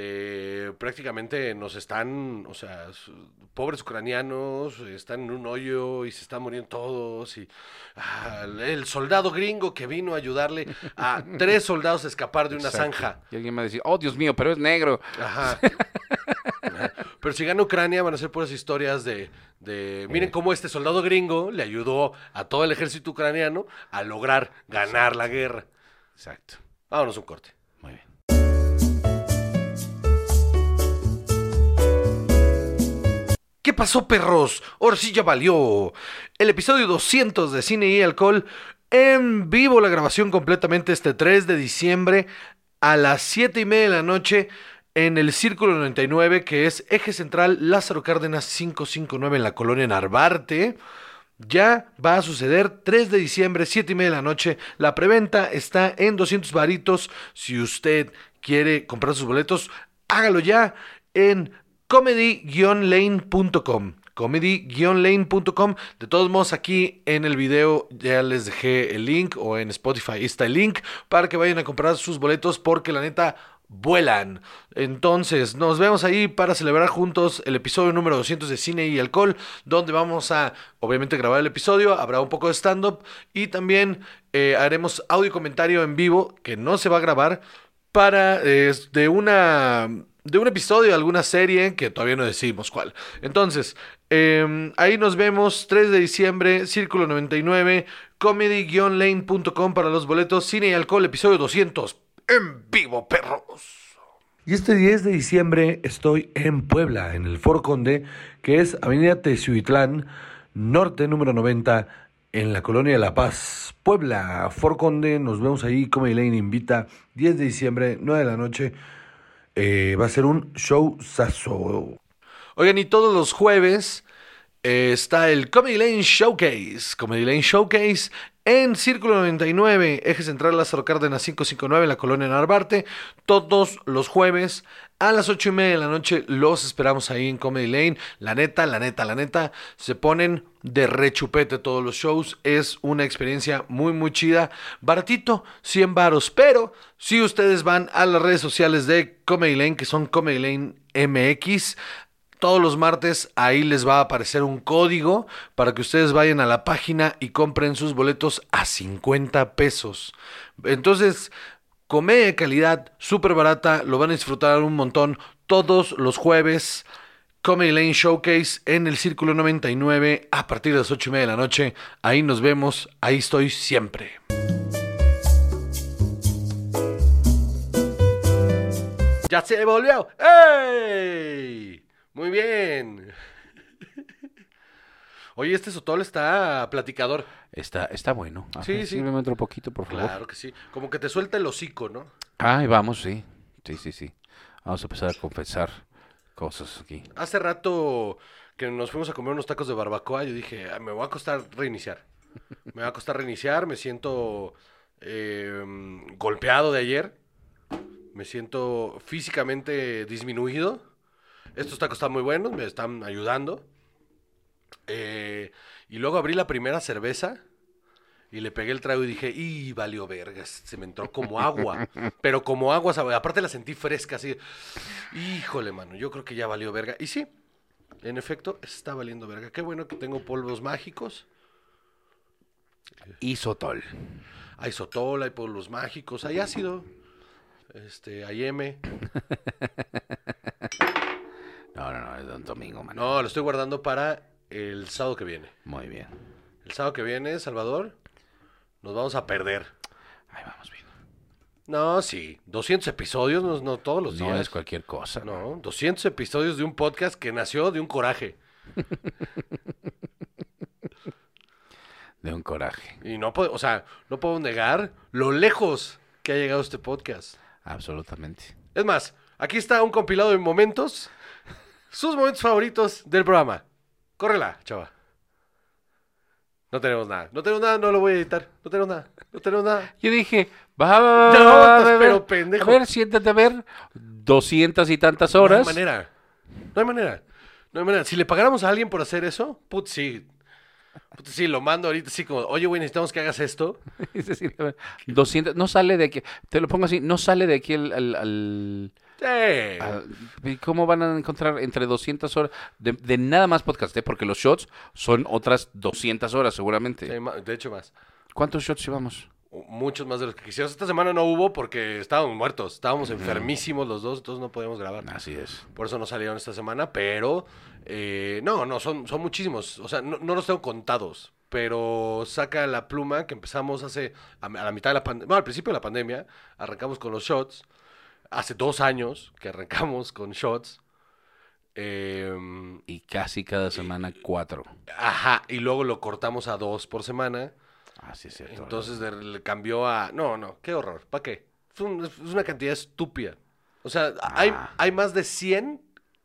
de prácticamente nos están, o sea, su- pobres ucranianos están en un hoyo y se están muriendo todos y ah, el soldado gringo que vino a ayudarle a tres soldados a escapar de una Exacto. zanja. Y alguien va a decir, oh, Dios mío, pero es negro. Ajá. Ajá. Pero si gana Ucrania van a ser puras historias de, de miren cómo este soldado gringo le ayudó a todo el ejército ucraniano a lograr ganar la guerra. Exacto. Vámonos un corte. Muy bien. ¿Qué pasó, perros? Ahora sí ya valió. El episodio doscientos de Cine y Alcohol en vivo, la grabación completamente este tres de diciembre a las siete y media de la noche en el Círculo noventa y nueve, que es Eje Central Lázaro Cárdenas quinientos cincuenta y nueve en la colonia Narvarte. Ya va a suceder tres de diciembre, siete y media de la noche. La preventa está en doscientos varitos. Si usted quiere comprar sus boletos, hágalo ya en comedy guion lane punto com. comedy guion lane punto com. De todos modos, aquí en el video ya les dejé el link, o en Spotify está el link para que vayan a comprar sus boletos, porque la neta vuelan. Entonces, nos vemos ahí para celebrar juntos el episodio número doscientos de Cine y Alcohol, donde vamos a, obviamente, grabar el episodio. Habrá un poco de stand-up y también eh, haremos audio y comentario en vivo, que no se va a grabar, para eh, de una de un episodio de alguna serie que todavía no decidimos cuál. Entonces, eh, ahí nos vemos tres de diciembre, Círculo noventa y nueve, comedy guion lane punto com para los boletos. Cine y Alcohol, episodio doscientos, en vivo, perros. Y este diez de diciembre estoy en Puebla, en el Foro Conde, que es Avenida Teciutlán, norte número noventa, en la colonia de La Paz, Puebla. Foro Conde, nos vemos ahí. Comedy Lane invita, diez de diciembre, nueve de la noche. Eh, va a ser un show sazo. Oigan, y todos los jueves eh, está el Comedy Lane Showcase. Comedy Lane Showcase en Círculo noventa y nueve, Eje Central Lázaro Cárdenas quinientos cincuenta y nueve, en la colonia Narvarte. Todos los jueves a las ocho y media de la noche los esperamos ahí en Comedy Lane. La neta, la neta, la neta, se ponen de rechupete todos los shows. Es una experiencia muy, muy chida. Baratito, cien varos. Pero si ustedes van a las redes sociales de Comedy Lane, que son Comedy Lane M X, todos los martes ahí les va a aparecer un código para que ustedes vayan a la página y compren sus boletos a cincuenta pesos. Entonces, comedia de calidad, súper barata, lo van a disfrutar un montón todos los jueves. Comedy Lane Showcase en el Círculo noventa y nueve a partir de las ocho y media de la noche. Ahí nos vemos, ahí estoy siempre. ¡Ya se volvió! ¡Ey! Muy bien. Oye, este sotol está platicador. Está, está bueno. Ajá, Sí, sí. sírveme otro poquito, por favor. Claro que sí. Como que te suelta el hocico, ¿no? Ay, vamos, sí. Sí, sí, sí. Vamos a empezar a confesar cosas aquí. Hace rato que nos fuimos a comer unos tacos de barbacoa, yo dije, "Ay, me va a costar reiniciar. Me va a costar reiniciar, me siento eh, golpeado de ayer. Me siento físicamente disminuido. Estos tacos están muy buenos, me están ayudando. Eh, y luego abrí la primera cerveza y le pegué el trago y dije, ¡y valió vergas! Se me entró como agua. Pero como agua, ¿sabes? Aparte la sentí fresca, así. Híjole, mano, yo creo que ya valió verga. Y sí, en efecto, está valiendo verga. Qué bueno que tengo polvos mágicos. Isotol. Hay sotol, hay polvos mágicos, hay ácido. Este, hay M. No, no, no, es Don Domingo, man. No, lo estoy guardando para el sábado que viene. Muy bien. El sábado que viene, Salvador, nos vamos a perder. Ahí vamos bien. No, sí, doscientos episodios, no, no todos los días. No es cualquier cosa. No, doscientos episodios de un podcast que nació de un coraje. De un coraje. Y no puedo, o sea, no puedo negar lo lejos que ha llegado este podcast. Absolutamente. Es más, aquí está un compilado de momentos, sus momentos favoritos del programa. Córrela, chava. No tenemos nada, no tenemos nada, no lo voy a editar. No tenemos nada, no tenemos nada. Yo dije, va, va, va, No, va, estás va, pero va. pendejo. A ver, siéntate a ver. Doscientas y tantas No hay horas. manera, no hay manera, no hay manera. Si le pagáramos a alguien por hacer eso, put, sí. Put, sí, lo mando ahorita así como, oye, güey, necesitamos que hagas esto. Es decir, a ver, doscientas, no sale de aquí, te lo pongo así, no sale de aquí el... el- el- Sí. al- ¿Cómo van a encontrar entre doscientas horas de, de nada más podcast? ¿Eh? Porque los shots son otras doscientas horas seguramente. Sí, ma- de hecho más. ¿Cuántos shots llevamos? Muchos más de los que quisiéramos. Esta semana no hubo porque estábamos muertos. Estábamos enfermísimos los dos, entonces no podíamos grabar. Así es. Por eso no salieron esta semana, pero... eh, no, no, son, son muchísimos. O sea, no, no los tengo contados. Pero saca la pluma que empezamos hace... A, a la mitad de la pandemia... Bueno, al principio de la pandemia, arrancamos con los shots. Hace dos años que arrancamos con shots. Eh, Y casi cada semana cuatro. ajá, y luego lo cortamos a dos por semana. Ah, sí, es cierto. Entonces de- le cambió a... No, no, qué horror, ¿para qué? Es, un- es una cantidad estúpida. O sea, hay, Ah. hay más de cien.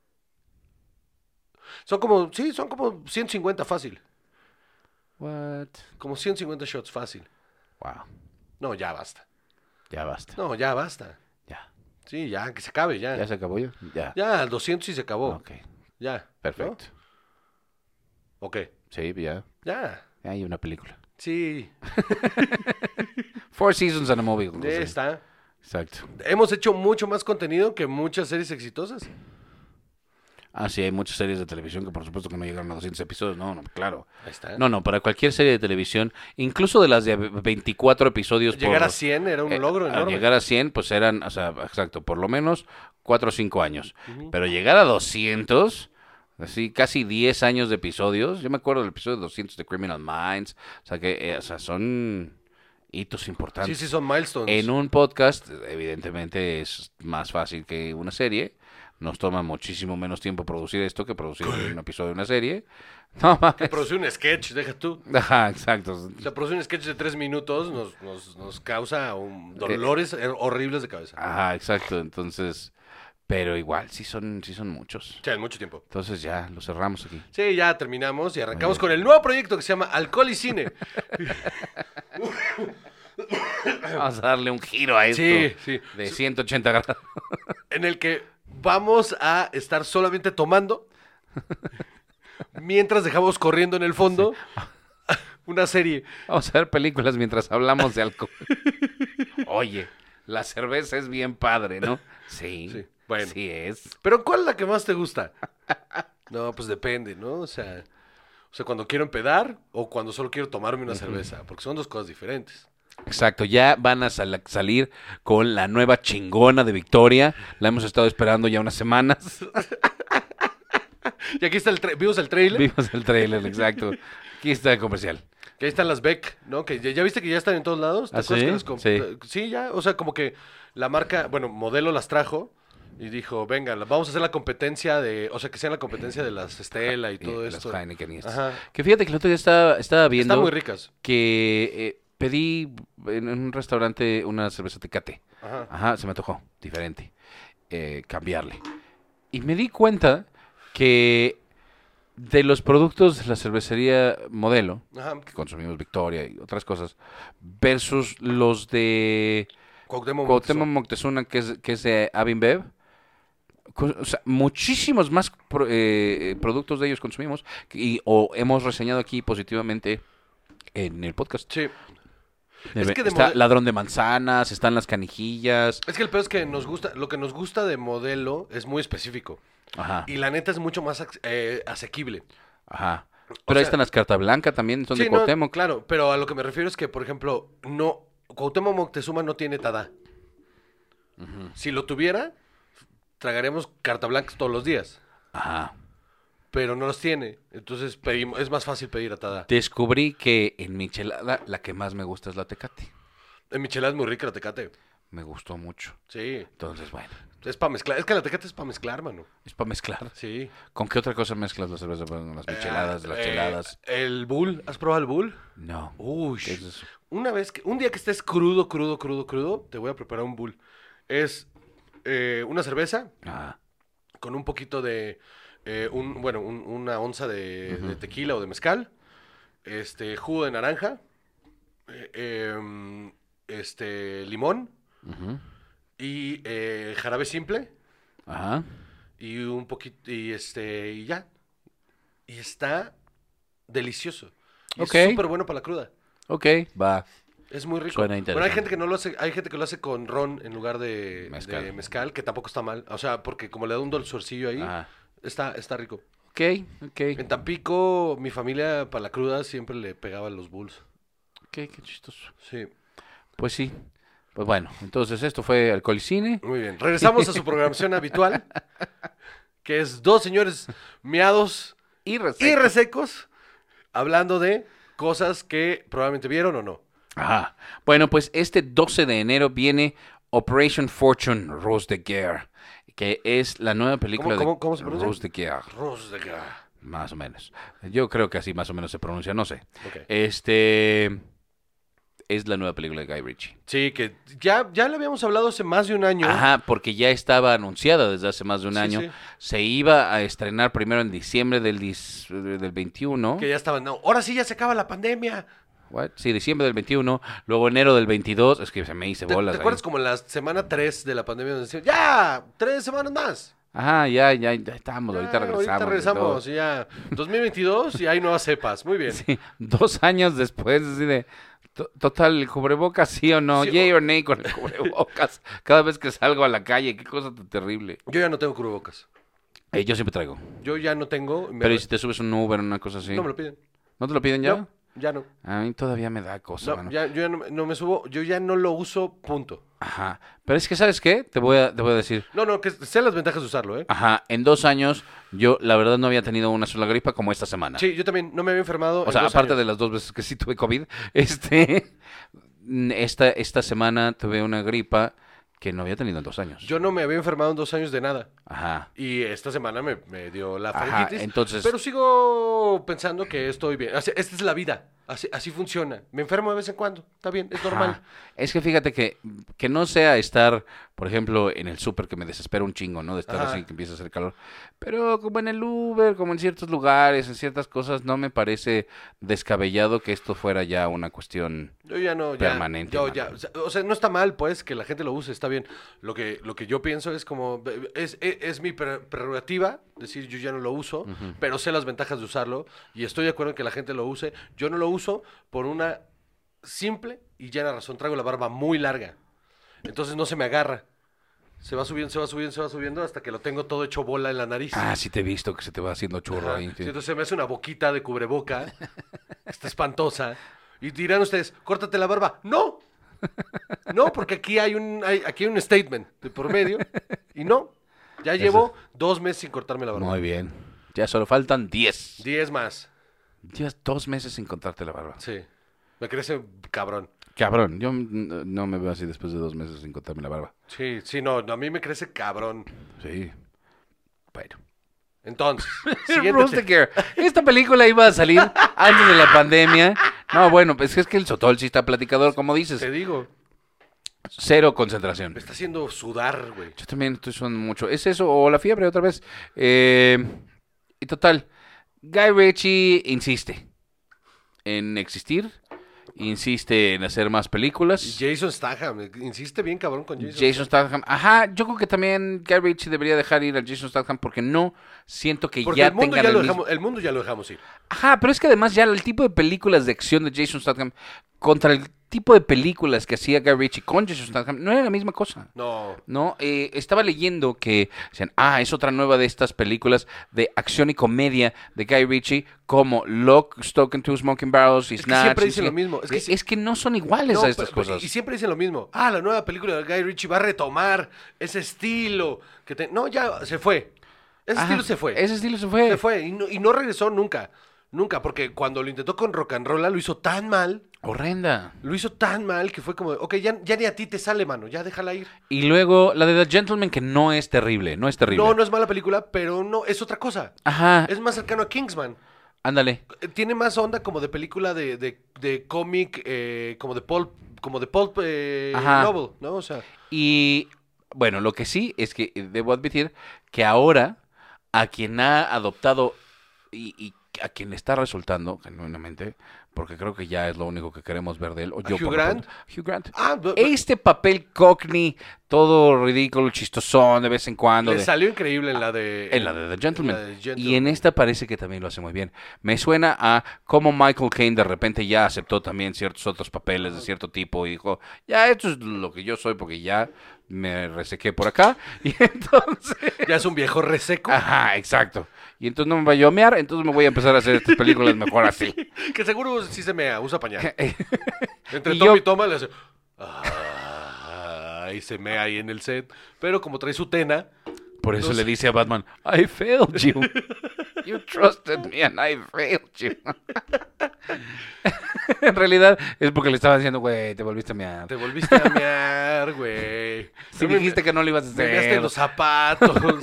Son como, sí, son como ciento cincuenta fácil. What? Como ciento cincuenta shots fácil. Wow. No, ya basta. Ya basta. No, ya basta. Ya. Sí, ya, que se acabe, ya. ¿Ya se acabó yo? Ya. Ya, al doscientos y se acabó. Ok. Ya. ¿no? Perfecto. Ok. Sí, ya. Ya. Ya hay una película. Sí. Four Seasons and a Movie. Ya está. Exacto. Hemos hecho mucho más contenido que muchas series exitosas. Ah, sí, hay muchas series de televisión que por supuesto que no llegaron a doscientos episodios. No, no, claro. Ahí está. No, no, para cualquier serie de televisión, incluso de las de veinticuatro episodios Llegar por... a cien era un eh, logro al enorme. llegar a cien, pues eran, o sea, exacto, por lo menos cuatro o cinco años. Pero llegar a doscientos, así, casi diez años de episodios. Yo me acuerdo del episodio doscientos de Criminal Minds. O sea, que, eh, o sea, son hitos Sí, importantes. sí, son milestones. En un podcast, evidentemente, es más fácil que una serie. Nos toma muchísimo menos tiempo producir esto que producir un episodio de una serie. No mames. Producir un sketch, deja tú. Ajá, exacto. O sea, producir un sketch de tres minutos nos, nos, nos causa un dolores eh, horribles de cabeza. Ajá, exacto. Entonces, pero igual, sí son, sí son muchos. Sí, en mucho tiempo. Entonces ya, lo cerramos aquí. Sí, ya terminamos y arrancamos Muy bien. con el nuevo proyecto que se llama Alcohol y Cine. Vamos a darle un giro a esto. Sí, sí. De ciento ochenta grados. En el que vamos a estar solamente tomando mientras dejamos corriendo en el fondo una serie. Vamos a ver películas mientras hablamos de alcohol. Oye, la cerveza es bien padre, ¿no? Sí, Sí, bueno. sí es. Pero ¿cuál es la que más te gusta? No, pues depende, ¿no? O sea, o sea, cuando quiero empedar o cuando solo quiero tomarme una cerveza, porque son dos cosas diferentes. Exacto, ya van a sal- salir con la nueva chingona de Victoria. La hemos estado esperando ya unas semanas. Y aquí está el tra- vimos el trailer, Vimos el trailer, exacto. Aquí está el comercial. que ahí están las Beck, ¿no? Que ya, ya viste que ya están en todos lados. ¿Te ¿Ah, acuerdas sí? que las comp- Sí. Sí, ya, o sea, como que la marca, bueno, Modelo las trajo y dijo, venga, la- vamos a hacer la competencia de, o sea, que sean la competencia de las Stella y todo Eh, las esto. Heineken y estas. Ajá. Que fíjate que el otro día estaba, estaba viendo Están muy ricas. que eh, pedí en un restaurante una cerveza Tecate. Ajá. Ajá, se me antojó, diferente, eh, cambiarle. Y me di cuenta que de los productos de la cervecería Modelo, Ajá. que consumimos Victoria y otras cosas, versus los de Cuauhtémoc Cuauhtémoc Moctezuma. Moctezuma, que es, que es de Avinbev, co- o sea, muchísimos más pro- eh, productos de ellos consumimos y o hemos reseñado aquí positivamente en el podcast. Sí. Es que de Está Mode- Ladrón de Manzanas, están las canijillas. Es que el peor es que nos gusta, lo que nos gusta de Modelo es muy específico. Ajá, Y la neta es mucho más ac- eh, asequible. ajá. O Pero ahí sea- están las Carta Blanca también, son de Sí, no, Cuauhtémoc. claro, pero a lo que me refiero es que, por ejemplo, no, Cuauhtémoc Moctezuma no tiene Tada. Si lo tuviera, tragaríamos carta blanca todos los días, Ajá. pero no los tiene. Entonces pedimos, es más fácil pedir a Tada. Descubrí que en michelada la que más me gusta es la Tecate. En Michelada es muy rica la Tecate. Me gustó mucho. Sí, Entonces, bueno, es para mezclar. Es que la Tecate es para mezclar, mano. es para mezclar. Sí. ¿Con qué otra cosa mezclas la cerveza? Con las micheladas, Eh, las eh, cheladas. El Bull, ¿has probado el Bull? No. Uy, ¿Qué es eso? una vez que, un día que estés crudo, crudo, crudo, crudo, te voy a preparar un Bull. Es eh, una cerveza Ah, con un poquito de, eh, un, bueno, un- una onza de, de tequila o de mezcal, este, jugo de naranja, eh, em, este, limón ujú. y eh, jarabe simple Ajá. y un poquito, y este, y ya. Y está delicioso. Y Ok. es súper bueno para la cruda. Ok, va. Es muy rico. Suena Bueno, hay interesante. gente que no lo hace, hay gente que lo hace con ron en lugar de Mezcal. de mezcal, que tampoco está mal. O sea, porque como le da un dulzorcillo ahí, Ajá. está, está rico. Ok, ok. En Tampico, mi familia para la cruda siempre le pegaba los bulls. Ok, qué chistoso. Sí, Pues sí. Pues bueno, entonces esto fue Alcohol y Cine. muy bien. Regresamos a su programación habitual, que es dos señores miados Y y resecos hablando de cosas que probablemente vieron o no. Ajá. Bueno, pues este doce de enero viene Operation Fortune Rose de Guerre, que es la nueva película ¿Cómo- de cómo- cómo se pronuncia? Rose de Guerre, Rose de Guerre. más o menos. Yo creo que así más o menos se pronuncia, no sé. Ok. Este es la nueva película de Guy Ritchie. Sí, que ya, ya le habíamos hablado hace más de un año. Ajá, porque ya estaba anunciada desde hace más de un Sí, año. sí. Se iba a estrenar primero en diciembre del, dis- del veintiuno. Que ya estaban, no, ahora sí ya se acaba la pandemia. What? Sí, diciembre del veintiuno, luego enero del veintidós. Es que se me hice ¿Te, bolas te ahí. acuerdas como en la semana tres de la pandemia donde decían, ya, tres semanas más? Ajá, ya, ya, ya estamos, Ya, ahorita regresamos. Ahorita y regresamos y ya. dos mil veintidós y hay nuevas cepas. Muy bien. todo. Sí, dos años después, así de... to- Total, ¿el cubrebocas sí o no? Sí, Yay o- or nay con el cubrebocas. Cada vez que salgo a la calle, qué cosa tan terrible. Yo ya no tengo cubrebocas. Eh, yo siempre traigo. Yo ya no tengo. me- Pero ¿y si te subes un Uber o una cosa así? No me lo piden. ¿No te lo piden ya? No, ya no. A mí todavía me da cosa, No, mano. ya, yo ya no, no me subo. Yo ya no lo uso, punto. Ajá. Pero es que, ¿sabes qué? Te voy a, te voy a decir. No, no, que sean las ventajas de usarlo, ¿eh? Ajá, en dos años yo la verdad no había tenido una sola gripa como esta semana. Sí, yo también no me había enfermado. O en sea, dos aparte años. de las dos veces que sí tuve COVID, este, esta, esta semana tuve una gripa que no había tenido en dos años. Yo no me había enfermado en dos años de nada. Ajá. Y esta semana me, me dio la Ajá, faringitis. entonces- Pero sigo pensando que estoy bien. Así- esta es la vida. Así, así funciona. Me enfermo de vez en cuando. Está bien, es normal. Ajá. Es que fíjate que, que no sea estar, por ejemplo, en el súper que me desespera un chingo, ¿no? De estar Ajá. así que empieza a hacer calor. Pero como en el Uber, como en ciertos lugares, en ciertas cosas, no me parece descabellado que esto fuera ya una cuestión. Yo ya no, ya. Permanente, Yo mano. ya. O sea, o sea, no está mal, pues, que la gente lo use, está bien. Lo que, lo que yo pienso es como. Es, es, es mi pre- prerrogativa decir yo ya no lo uso, pero sé las ventajas de usarlo y estoy de acuerdo en que la gente lo use. Yo no lo uso por una simple y llana razón. Traigo la barba muy larga. Entonces no se me agarra. Se va subiendo, se va subiendo, se va subiendo hasta que lo tengo todo hecho bola en la nariz. Ah, sí te he visto que se te va haciendo churro Ajá. ahí. Sí, sí. entonces se me hace una boquita de cubreboca. Está espantosa. Y dirán ustedes, córtate la barba. ¡No! No, porque aquí hay un, hay, aquí hay un statement de por medio. Y no. Ya llevo dos meses sin cortarme la barba. Muy bien. Ya solo faltan diez. Diez más. Llevas dos meses sin contarte la barba. Sí. Me crece cabrón. Cabrón, yo mm, no me veo así después de dos meses sin contarme la barba. Sí, sí, no, no, a mí me crece cabrón. Sí. Bueno. Entonces, siguiente Rose te- the Care. Esta película iba a salir antes de la pandemia. No, bueno, pues es que el Sotol sí está platicador, como dices. te digo, Cero concentración. me está haciendo sudar, güey. Yo también estoy sudando mucho. ¿Es eso o la fiebre otra vez? Eh, y total, Guy Ritchie insiste en existir, insiste en hacer más Y películas. Jason Statham, insiste bien cabrón con Jason. Jason Statham. Ajá, yo creo que también Guy Ritchie debería dejar ir a Jason Statham porque no siento que Porque ya el mundo tengan ya el lo mismo- dejamos, el mundo ya lo dejamos ir. Ajá, pero es que además ya el tipo de películas de acción de Jason Statham contra el tipo de películas que hacía Guy Ritchie con Jason Statham no era la misma cosa. No. No, eh, estaba leyendo que decían, ah, es otra nueva de estas películas de acción y comedia de Guy Ritchie, como Lock, Stock and Two Smoking Barrels y Es que Snatch. siempre y dicen sí- lo mismo. Es que sí- es que no son iguales No, a estas pero- cosas. Y siempre dicen lo mismo. Ah, la nueva película de Guy Ritchie va a retomar ese estilo. Que te- No, ya se fue. Ese Ajá, estilo se fue. Ese estilo se fue. Se fue y no, y no regresó nunca. Nunca, porque cuando lo intentó con Rock and Roll lo hizo tan mal, Horrenda. lo hizo tan mal que fue como, ok, ya, ya ni a ti te sale, mano, ya déjala ir. Y luego la de The Gentleman, que no es terrible, no es terrible. No, no es mala película, pero no, es otra cosa. Ajá, Es más cercano a Kingsman. ándale. Eh, Tiene más onda como de película de, de, de cómic, eh, como de pulp, como de pulp eh, Ajá. novel, ¿no? O sea, Y bueno, lo que sí es que eh, debo admitir que ahora a quien ha adoptado y, y a quien le está resultando, genuinamente, porque creo que ya es lo único que queremos ver de él. O yo Hugh por lo Grant? pronto. Hugh Grant. ah, bu- bu- Este papel cockney, todo ridículo, chistosón de vez en cuando. le de- salió increíble en la de... En la de The Gentleman. en la de Y Gentleman. en esta parece que también lo hace muy bien. Me suena a cómo Michael Caine de repente ya aceptó también ciertos otros papeles de cierto tipo y dijo, ya esto es lo que yo soy porque ya me resequé por acá. Y entonces... Ya es un viejo reseco. Ajá, exacto. Y entonces no me voy a mear, entonces me voy a empezar a hacer estas películas mejor así. Que seguro sí se mea, usa pañal. Entre Y toma yo- y toma le hace... Ah, y se mea ahí en el set. Pero como trae su tena... Por eso Entonces- le dice a Batman, I failed you. You trusted me and I failed you. En realidad es porque le estaban diciendo, güey, te volviste a mear. Te volviste a mear, güey. Si Me- dijiste que no lo ibas a Me measte hacer. los zapatos.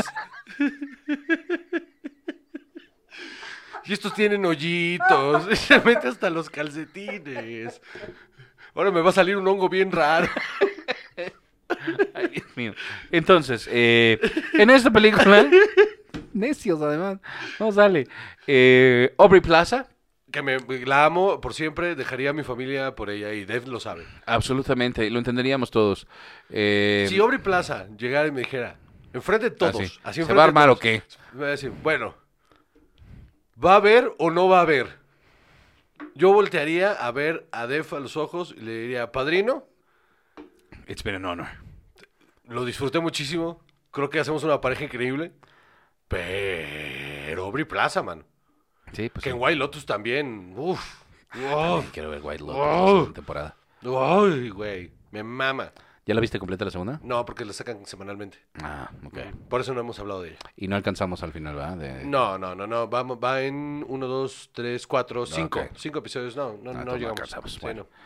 Y estos tienen hoyitos. Se mete hasta los calcetines. Ahora me va a salir un hongo bien raro. Ay, Dios mío. Entonces, eh, en esta película, necios además, no sale. Eh, Aubrey Plaza, Que me la amo por siempre. Dejaría a mi familia por ella y Dev lo sabe. absolutamente, lo entenderíamos todos. Eh, Si Aubrey Plaza llegara y me dijera, enfrente de todos, así, así ¿se enfrente va a de armar o todos, qué? me va a decir, bueno, ¿va a haber o no va a haber? Yo voltearía a ver a Dev a los ojos y le diría, padrino, It's been an honor. lo disfruté muchísimo, creo que hacemos una pareja increíble, pero Aubrey Plaza, man. Sí, pues Que sí. en White Lotus también, uff, También quiero ver White Lotus Oh. la segunda temporada. uy, güey, me mama. ¿Ya la viste completa la segunda? No, porque la sacan semanalmente, Ah, ok. por eso no hemos hablado de ella. Y no alcanzamos al final, ¿verdad? De... No, no, no, no. Vamos, va en uno, dos, tres, cuatro, cinco. Ok. Cinco episodios. No, no, Ah, no entonces no llegamos. alcanzamos. Sí, Bueno. no.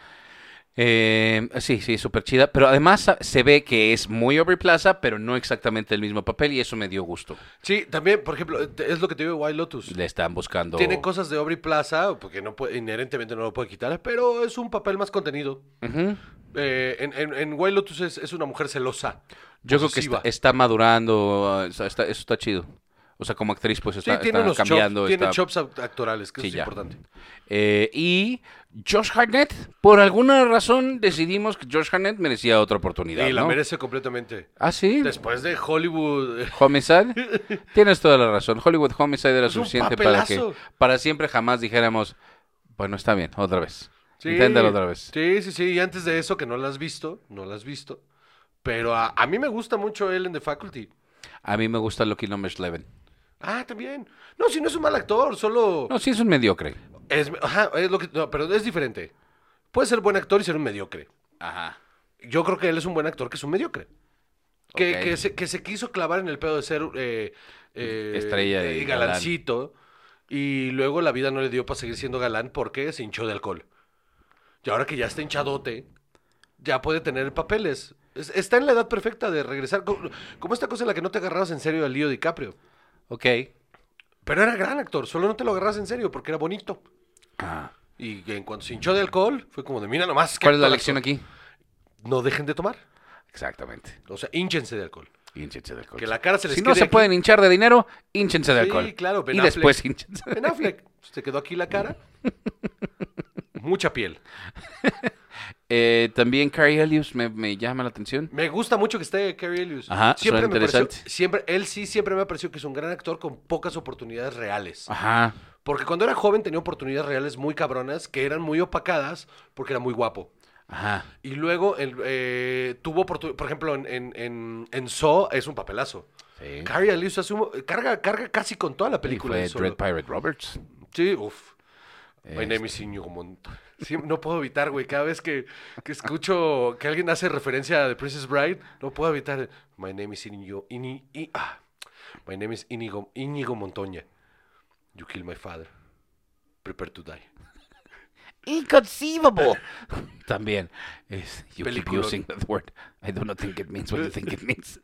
Eh, sí, sí, súper chida. Pero además sa- se ve que es muy Aubrey Plaza, pero no exactamente el mismo papel y eso me dio gusto. Sí, también, por ejemplo, te- es lo que te digo de White Lotus. Le están buscando... Tiene cosas de Aubrey Plaza, porque no puede, inherentemente no lo puede quitar, pero es un papel más contenido. Ujú. Eh, en, en, en White Lotus es, es una mujer celosa. Yo creo que posesiva. está, está madurando, uh, está- está- eso está chido. O sea, como actriz, pues Sí, está, tiene está unos cambiando. chops, tiene está- chops act- actorales, que Sí, eso es ya. importante. Eh, y Josh Hartnett, por alguna razón decidimos que Josh Hartnett merecía otra oportunidad, Y la ¿no? merece completamente. Ah, sí. Después de Hollywood. Homicide. Tienes toda la razón. Hollywood Homicide era Es un suficiente para que papelazo. para siempre jamás dijéramos, bueno, está bien, otra vez. Sí, Inténtalo otra vez. Sí, sí, sí. Y antes de eso, que no la has visto, no la has visto. Pero a, a mí me gusta mucho él en The Faculty. A mí me gusta Lucky Number eleven. Ah, también. No, si no es un mal actor, solo... No, sí es un mediocre. Es, ajá, es lo que... No, pero es diferente. Puede ser buen actor y ser un mediocre. Ajá. Yo creo que él es un buen actor que es un mediocre. Que, Ok. que, se, que se quiso clavar en el pedo de ser eh, eh, Estrella y eh, galancito. Y luego la vida no le dio para seguir siendo galán porque se hinchó de alcohol. Y ahora que ya está hinchadote, ya puede tener papeles. Es- está en la edad perfecta de regresar. Como, como esta cosa en la que no te agarrabas en serio a Leo DiCaprio. Ok. Pero era gran actor, solo no te lo agarras en serio porque era bonito. Ah. Y en cuanto se hinchó de alcohol, fue como de, mira nomás. qué ¿Cuál es la actor, lección actor". aquí? No dejen de tomar. Exactamente. O sea, hinchense de alcohol. Hinchense de alcohol. Que la cara se les Si no quede se aquí. pueden hinchar de dinero, hinchense de Sí, alcohol. claro, Ben Y Affleck. después hinchense. Ben Affleck, se quedó aquí la cara. Mucha piel. Eh, también Carrie Ellius me, me llama la atención. Me gusta mucho que esté Carrie Ellius. Ajá, siempre suena me pareció, interesante. siempre, él sí siempre me ha parecido que es un gran actor con pocas oportunidades reales. Ajá. Porque cuando era joven tenía oportunidades reales muy cabronas que eran muy opacadas porque era muy guapo. Ajá. Y luego el, eh, tuvo oportunidad, por ejemplo, en, en, en, en Saw es un papelazo. Sí. Carrie Ellius hace un- carga, carga casi con toda la Y película. fue él solo. Dread Pirate Roberts. Sí, uff. My Este. name is Íñigo Montoya. Sí, no puedo evitar, güey. Cada vez que, que escucho que alguien hace referencia a The Princess Bride, no puedo evitar. My name is Íñigo. Ini, I- ah. My name is Íñigo, Íñigo Montoya. You kill my father. Prepare to die. Inconceivable. También. Es, you keep Peliculón. using that word. I do not think it means what you think it means.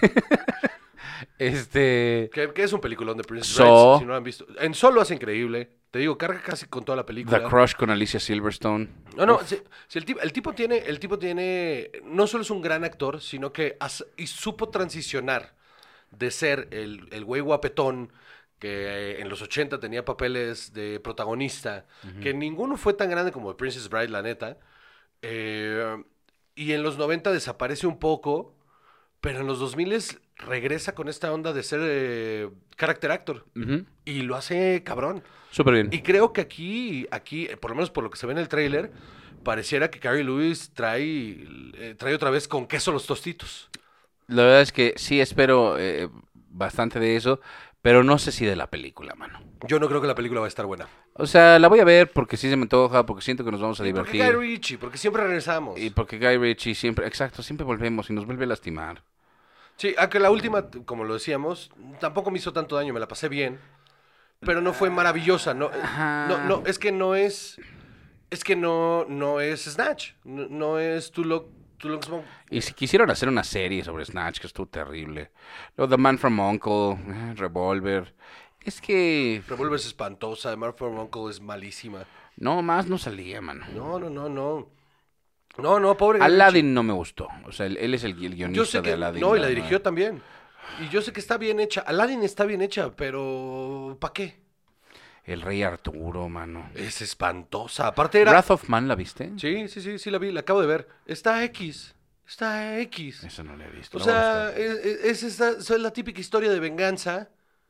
este. Que, que es un peliculón de Princess Saw. Bride, si no lo han visto. En Solo hace increíble. Te digo, carga casi con toda la película. The Crush con Alicia Silverstone. No, no, si, si el, tipo, el tipo tiene, el tipo tiene, no solo es un gran actor, sino que has- y supo transicionar de ser el, el güey guapetón que eh, en los ochenta tenía papeles de protagonista, que ninguno fue tan grande como Princess Bride, la neta, eh, y en los noventa desaparece un poco, pero en los dos mil regresa con esta onda de ser eh, character actor, Ujú. y lo hace cabrón. Súper bien. Y creo que aquí, aquí, eh, por lo menos por lo que se ve en el tráiler, pareciera que Carrie Lewis trae, eh, trae otra vez con queso los tostitos. La verdad es que sí espero eh, bastante de eso, pero no sé si de la película, mano. Yo no creo que la película va a estar buena. O sea, la voy a ver porque sí se me antoja, porque siento que nos vamos a ¿Y por qué divertir. Guy Ritchie? Porque siempre regresamos. Y porque Guy Ritchie siempre, exacto, siempre volvemos y nos vuelve a lastimar. Sí, aunque la última, como lo decíamos, tampoco me hizo tanto daño, me la pasé bien, pero no fue maravillosa. No, Ajá. no, no, es que no es... Es que no, no es Snatch, no, no es Too Long, Too Long Smoke. Y si quisieron hacer una serie sobre Snatch, que estuvo terrible. Lo The Man from U N C L eh, Revolver. Es que... Revolver es espantosa, The Man from U N C L es malísima. No, más no salía, mano. No, no, no, no. No, no, pobre Guy Aladdin no me gustó. O sea, él, él es el, el guionista Yo sé que, de Aladdin. no, y la ¿no? dirigió también. Y yo sé que está bien hecha. Aladdin está bien hecha, pero ¿para qué? El Rey Arturo, mano. Es espantosa. Aparte era... Wrath of Man, ¿la viste? Sí, sí, sí, sí la vi, la acabo de ver. Está X, está X. Eso no la he visto. O la voy a sea, buscar. es, es, esta- es la típica historia de venganza.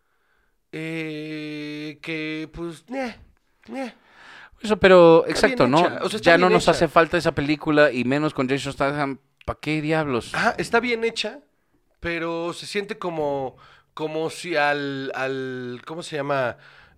Eh, que, pues, eh, eh. Eso, pero, Está exacto, bien ¿no? hecha, o sea, está Ya no bien nos hecha. hace falta esa película y menos con Jason Statham. ¿Para qué diablos? Ajá, está bien hecha, pero se siente como, como si al, al, ¿cómo se llama?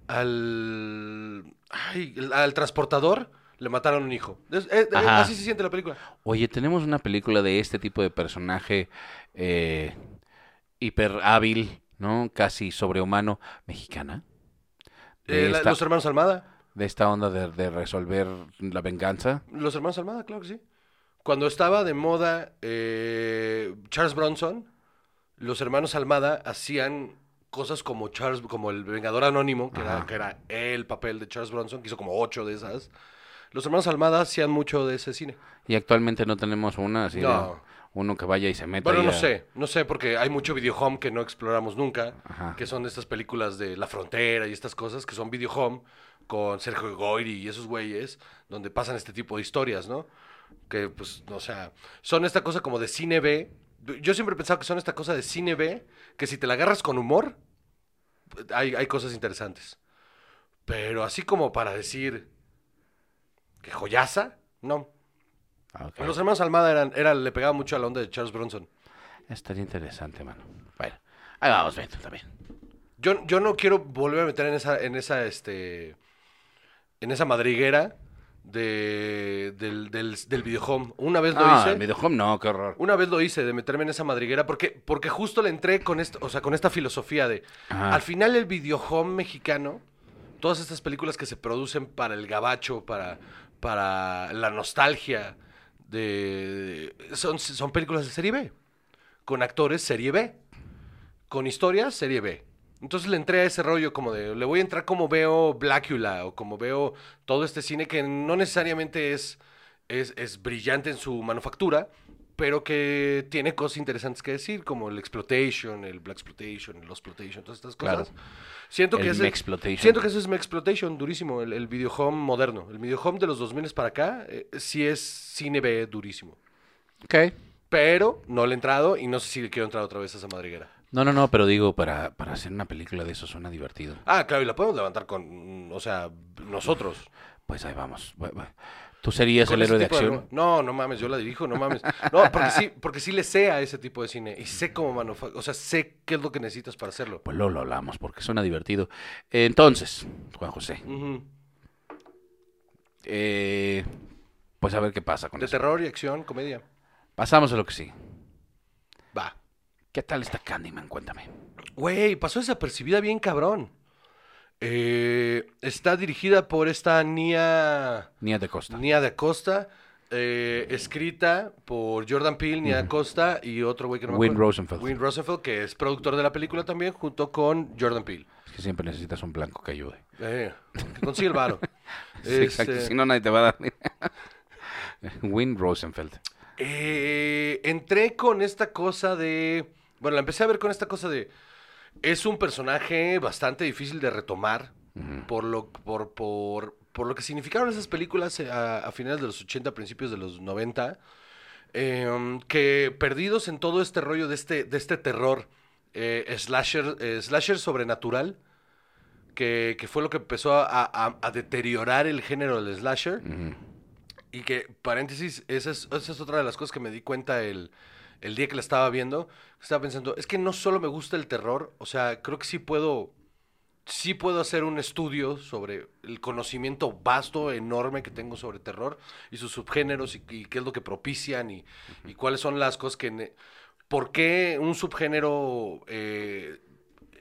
Al, ay, al transportador le mataron un hijo. Es- es- Ajá. así se siente la película. Oye, tenemos una película de este tipo de personaje eh, hiper hábil, ¿no? Casi sobrehumano, mexicana. De, Eh, la- esta, los hermanos Almada. de esta onda de, de resolver la venganza. Los hermanos Almada, claro que sí. Cuando estaba de moda eh, Charles Bronson, los hermanos Almada hacían cosas como Charles, como el Vengador Anónimo, que era, Ajá. que era el papel de Charles Bronson, que hizo como ocho de esas. Los hermanos Almada hacían mucho de ese cine. Y actualmente no tenemos una, así de No. uno que vaya y se meta. Bueno, ahí no a- sé, no sé, porque hay mucho video home que no exploramos nunca, Ajá. que son estas películas de La Frontera y estas cosas, que son video home con Sergio Goyri y esos güeyes, donde pasan este tipo de historias, ¿no? Que, pues, o sea, son esta cosa como de cine B. Yo siempre he pensado que son esta cosa de cine B, que si te la agarras con humor, hay, hay cosas interesantes. Pero así como para decir que joyaza, no. Ah, ok. Los hermanos Almada eran, era, le pegaba mucho a la onda de Charles Bronson. Estaría interesante, mano. Bueno, ahí vamos, Beto, también. Yo, yo no quiero volver a meter en esa, en esa, este, en esa madriguera de, del, del, del videohome. Una vez lo Ah, hice. el videohome no, qué horror. Una vez lo hice de meterme en esa madriguera porque, porque justo le entré con esto, o sea, con esta filosofía de, Ajá. al final el videohome mexicano, todas estas películas que se producen para el gabacho, para, para la nostalgia, de, son, son películas de serie B, con actores serie B, con historias serie B. Entonces le entré a ese rollo como de, le voy a entrar como veo Blácula o como veo todo este cine que no necesariamente es, es, es brillante en su manufactura, pero que tiene cosas interesantes que decir, como el exploitation, el black exploitation, el exploitation, todas estas cosas. Claro. Siento que El ese- mexploitation. siento que eso es exploitation durísimo, el, el videohome moderno. El videohome de los dos mil para acá eh, sí es cine B durísimo. Ok. Pero no le he entrado y no sé si le quiero entrar otra vez a esa madriguera. No, no, no, pero digo, para, para hacer una película de eso suena divertido. Ah, claro, y la podemos levantar con, mm, o sea, nosotros. Pues ahí vamos. Bu- bu- Tú serías Con el ese héroe de tipo acción. No, no mames, yo la dirijo, no mames. No, porque sí, porque sí le sé a ese tipo de cine y sé cómo manufacturar, o sea, sé qué es lo que necesitas para hacerlo. Pues luego lo hablamos porque suena divertido. Entonces, Juan José, Ujú. eh, pues a ver qué pasa con De eso. terror y acción, comedia. Pasamos a lo que sí. Va. ¿Qué tal está Candyman? Cuéntame. Güey, pasó desapercibida bien cabrón. Eh, está dirigida por esta Nia, Nia de Costa. Nia de Acosta, eh, escrita por Jordan Peele, Nia de Acosta y otro güey que no me Win acuerdo. Rosenfeld. Win Rosenfeld, que es productor de la película también, junto con Jordan Peele. Es que siempre necesitas un blanco que ayude. Eh, que consigue el varo. Sí, exacto. Este, Si no, nadie te va a dar. Win Rosenfeld. eh, entré con esta cosa de... Bueno, la empecé a ver con esta cosa de... Es un personaje bastante difícil de retomar por, lo, por, por, por lo que significaron esas películas a, a finales de los ochenta, principios de los noventa. eh, que perdidos en todo este rollo de este, de este terror eh, slasher, eh, slasher sobrenatural, que, que fue lo que empezó a, a- a deteriorar el género del slasher. Ujú. Y que, paréntesis, esa es, esa es otra de las cosas que me di cuenta el, el día que la estaba viendo. Estaba pensando, es que no solo me gusta el terror, o sea, creo que sí puedo, sí puedo hacer un estudio sobre el conocimiento vasto, enorme que tengo sobre terror y sus subgéneros y, y qué es lo que propician y, y cuáles son las cosas que... ne- ¿Por qué un subgénero eh,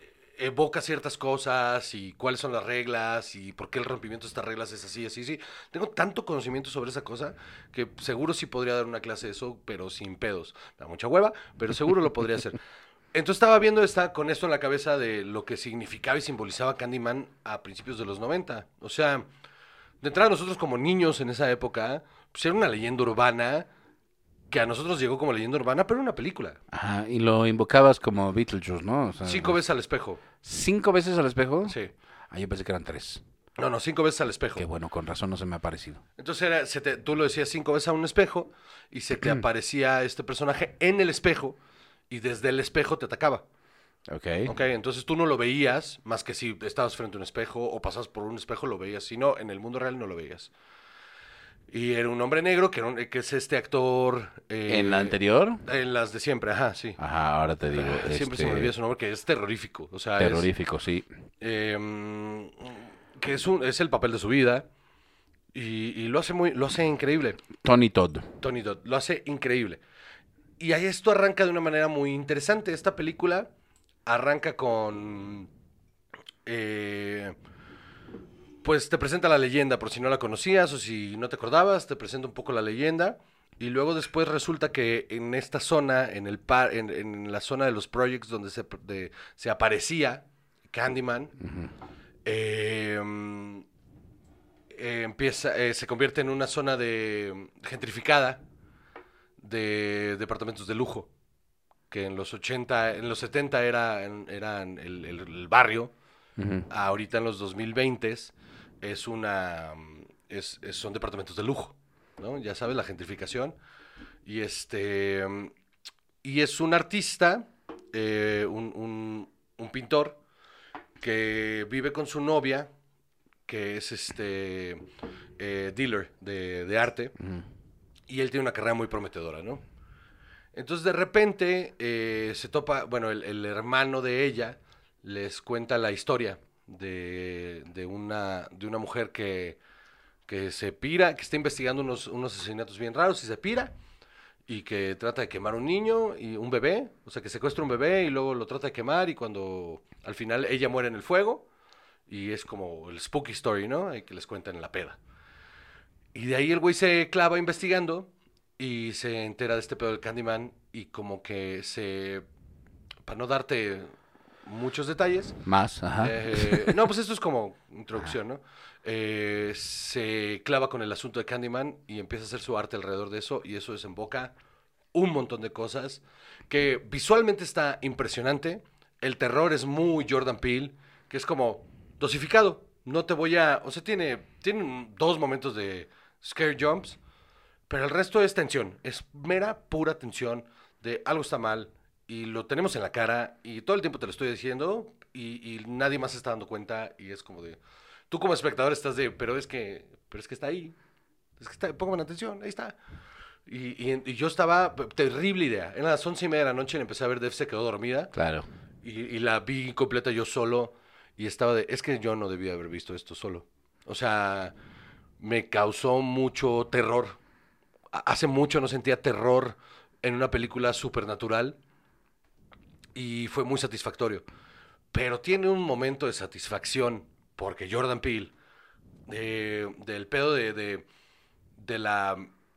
evoca ciertas cosas y cuáles son las reglas y por qué el rompimiento de estas reglas es así, así, así. Tengo tanto conocimiento sobre esa cosa que seguro sí podría dar una clase de eso, pero sin pedos. Me da mucha hueva, pero seguro lo podría hacer. Entonces estaba viendo esta, con esto en la cabeza de lo que significaba y simbolizaba Candyman a principios de los noventa. O sea, de entrada nosotros como niños en esa época, pues era una leyenda urbana que a nosotros llegó como leyenda urbana, pero era una película. Ajá, y lo invocabas como Beetlejuice, ¿no? O sea, Cinco veces al espejo. ¿Cinco veces al espejo? Sí. Ah, yo pensé que eran tres. No, no, cinco veces al espejo. Qué bueno, con razón no se me ha parecido. Entonces era, se te- tú lo decías cinco veces a un espejo y se te aparecía este personaje en el espejo y desde el espejo te atacaba. Ok. Ok, entonces tú no lo veías más que si estabas frente a un espejo o pasabas por un espejo lo veías. Si no, en el mundo real no lo veías. Y era un hombre negro que, era un- que es este actor... eh, ¿En la anterior? En las de siempre, ajá, sí. Ajá, ahora te digo. Ah, Siempre se me este, olvida su nombre, que es terrorífico. O sea, es, Terrorífico, sí. eh, que es, un, es el papel de su vida y, y lo hace muy, lo hace increíble. Tony Todd. Tony Dodd, lo hace increíble. Y ahí esto arranca de una manera muy interesante. Esta película arranca con... eh, pues te presenta la leyenda, por si no la conocías o si no te acordabas, te presenta un poco la leyenda. Y luego después resulta que en esta zona, en, el par, en, en la zona de los projects donde se, de- se aparecía Candyman, eh, eh, empieza, eh, se convierte en una zona de gentrificada de departamentos de lujo, que en los ochenta, en los setenta era, eran el, el- el barrio, Ujú. ahorita en los dos mil veinte es una, es, es- son departamentos de lujo, ¿no? Ya sabes, la gentrificación. Y este, y es un artista, eh, un, un- un pintor, que vive con su novia, que es este eh, dealer de, de arte, y él tiene una carrera muy prometedora, ¿no? Entonces de repente eh, se topa, bueno, el, el hermano de ella les cuenta la historia de, de una, de una mujer que, que se pira, que está investigando unos, unos asesinatos bien raros y se pira y que trata de quemar un niño y un bebé, o sea que secuestra un bebé y luego lo trata de quemar y cuando al final ella muere en el fuego y es como el spooky story, ¿no? Y que les cuentan en la peda. Y de ahí el güey se clava investigando y se entera de este pedo del Candyman y como que se... Para no darte muchos detalles. Más, ajá. eh, no, pues esto es como introducción, ¿no? Eh, se clava con el asunto de Candyman y empieza a hacer su arte alrededor de eso y eso desemboca un montón de cosas que visualmente está impresionante. El terror es muy Jordan Peele, que es como dosificado. No te voy a... O sea, tiene, tiene dos momentos de scare jumps, pero el resto es tensión. Es mera, pura tensión de algo está mal y lo tenemos en la cara y todo el tiempo te lo estoy diciendo y, y nadie más se está dando cuenta y es como de... Tú como espectador estás de, pero es que, pero es que está ahí. Es que está, póngame atención, ahí está. Y, y, y yo estaba, terrible idea. En las once y media de la noche le empecé a ver Def se quedó dormida. Claro. Y, y la vi completa yo solo. Y estaba de, es que yo no debía haber visto esto solo. O sea, me causó mucho terror. A- Hace mucho no sentía terror en una película supernatural. Y fue muy satisfactorio. Pero tiene un momento de satisfacción. Porque Jordan Peele, de- del pedo de, de, de la...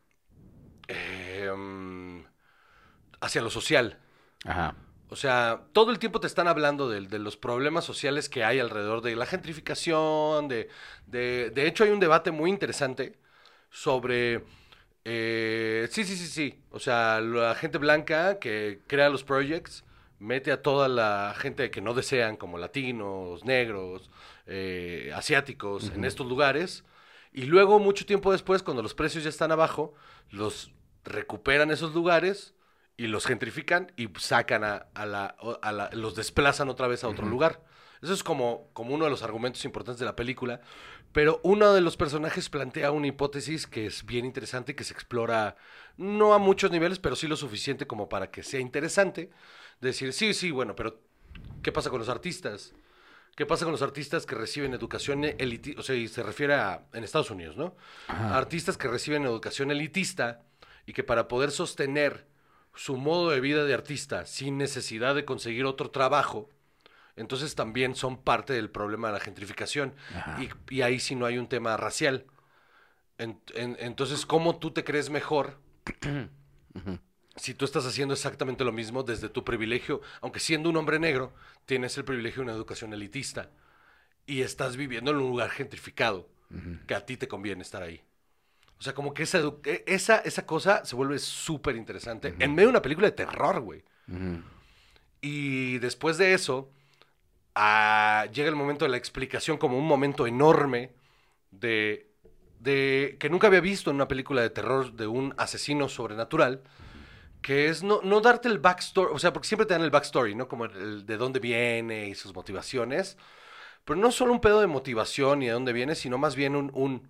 eh, mm, hacia lo social. Ajá. O sea, todo el tiempo te están hablando de, de los problemas sociales que hay alrededor de la gentrificación, de, de, de hecho hay un debate muy interesante sobre, eh, sí, sí, sí, sí, o sea, la gente blanca que crea los projects mete a toda la gente que no desean, como latinos, negros, eh, asiáticos, en estos lugares, y luego mucho tiempo después, cuando los precios ya están abajo, los recuperan esos lugares y los gentrifican y sacan a, a la, a la- los desplazan otra vez a otro lugar. Eso es como, como uno de los argumentos importantes de la película, pero uno de los personajes plantea una hipótesis que es bien interesante y que se explora no a muchos niveles, pero sí lo suficiente como para que sea interesante. Decir, sí, sí, bueno, pero ¿qué pasa con los artistas? ¿Qué pasa con los artistas que reciben educación elitista? O sea, y se refiere a en Estados Unidos, ¿no? Artistas que reciben educación elitista y que para poder sostener su modo de vida de artista sin necesidad de conseguir otro trabajo, Entonces también son parte del problema de la gentrificación. Y, y ahí sí no hay un tema racial. En, en, entonces, ¿cómo tú te crees mejor uh-huh. si tú estás haciendo exactamente lo mismo desde tu privilegio? Aunque siendo un hombre negro, tienes el privilegio de una educación elitista y estás viviendo en un lugar gentrificado, uh-huh. que a ti te conviene estar ahí. O sea, como que esa, esa, esa cosa se vuelve súper interesante uh-huh. en medio de una película de terror, güey. Uh-huh. Y después de eso, uh, llega el momento de la explicación como un momento enorme de... de que nunca había visto en una película de terror de un asesino sobrenatural, que es no, no darte el backstory, o sea, porque siempre te dan el backstory, ¿no? Como el, el de dónde viene y sus motivaciones, pero no solo un pedo de motivación y de dónde viene, sino más bien un... un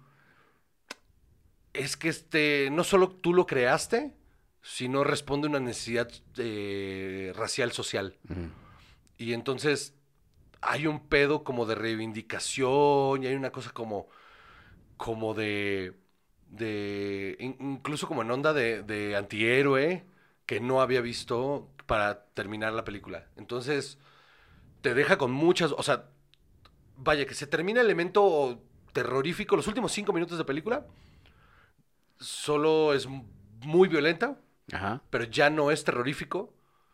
es que este, no solo tú lo creaste, sino responde a una necesidad eh, racial social. Uh-huh. Y entonces hay un pedo como de reivindicación y hay una cosa como... como de, de incluso como en onda de, de antihéroe que no había visto para terminar la película. Entonces, te deja con muchas, o sea, vaya, que se termina el elemento terrorífico, los últimos cinco minutos de película, solo es muy violenta, ajá. pero ya no es terrorífico,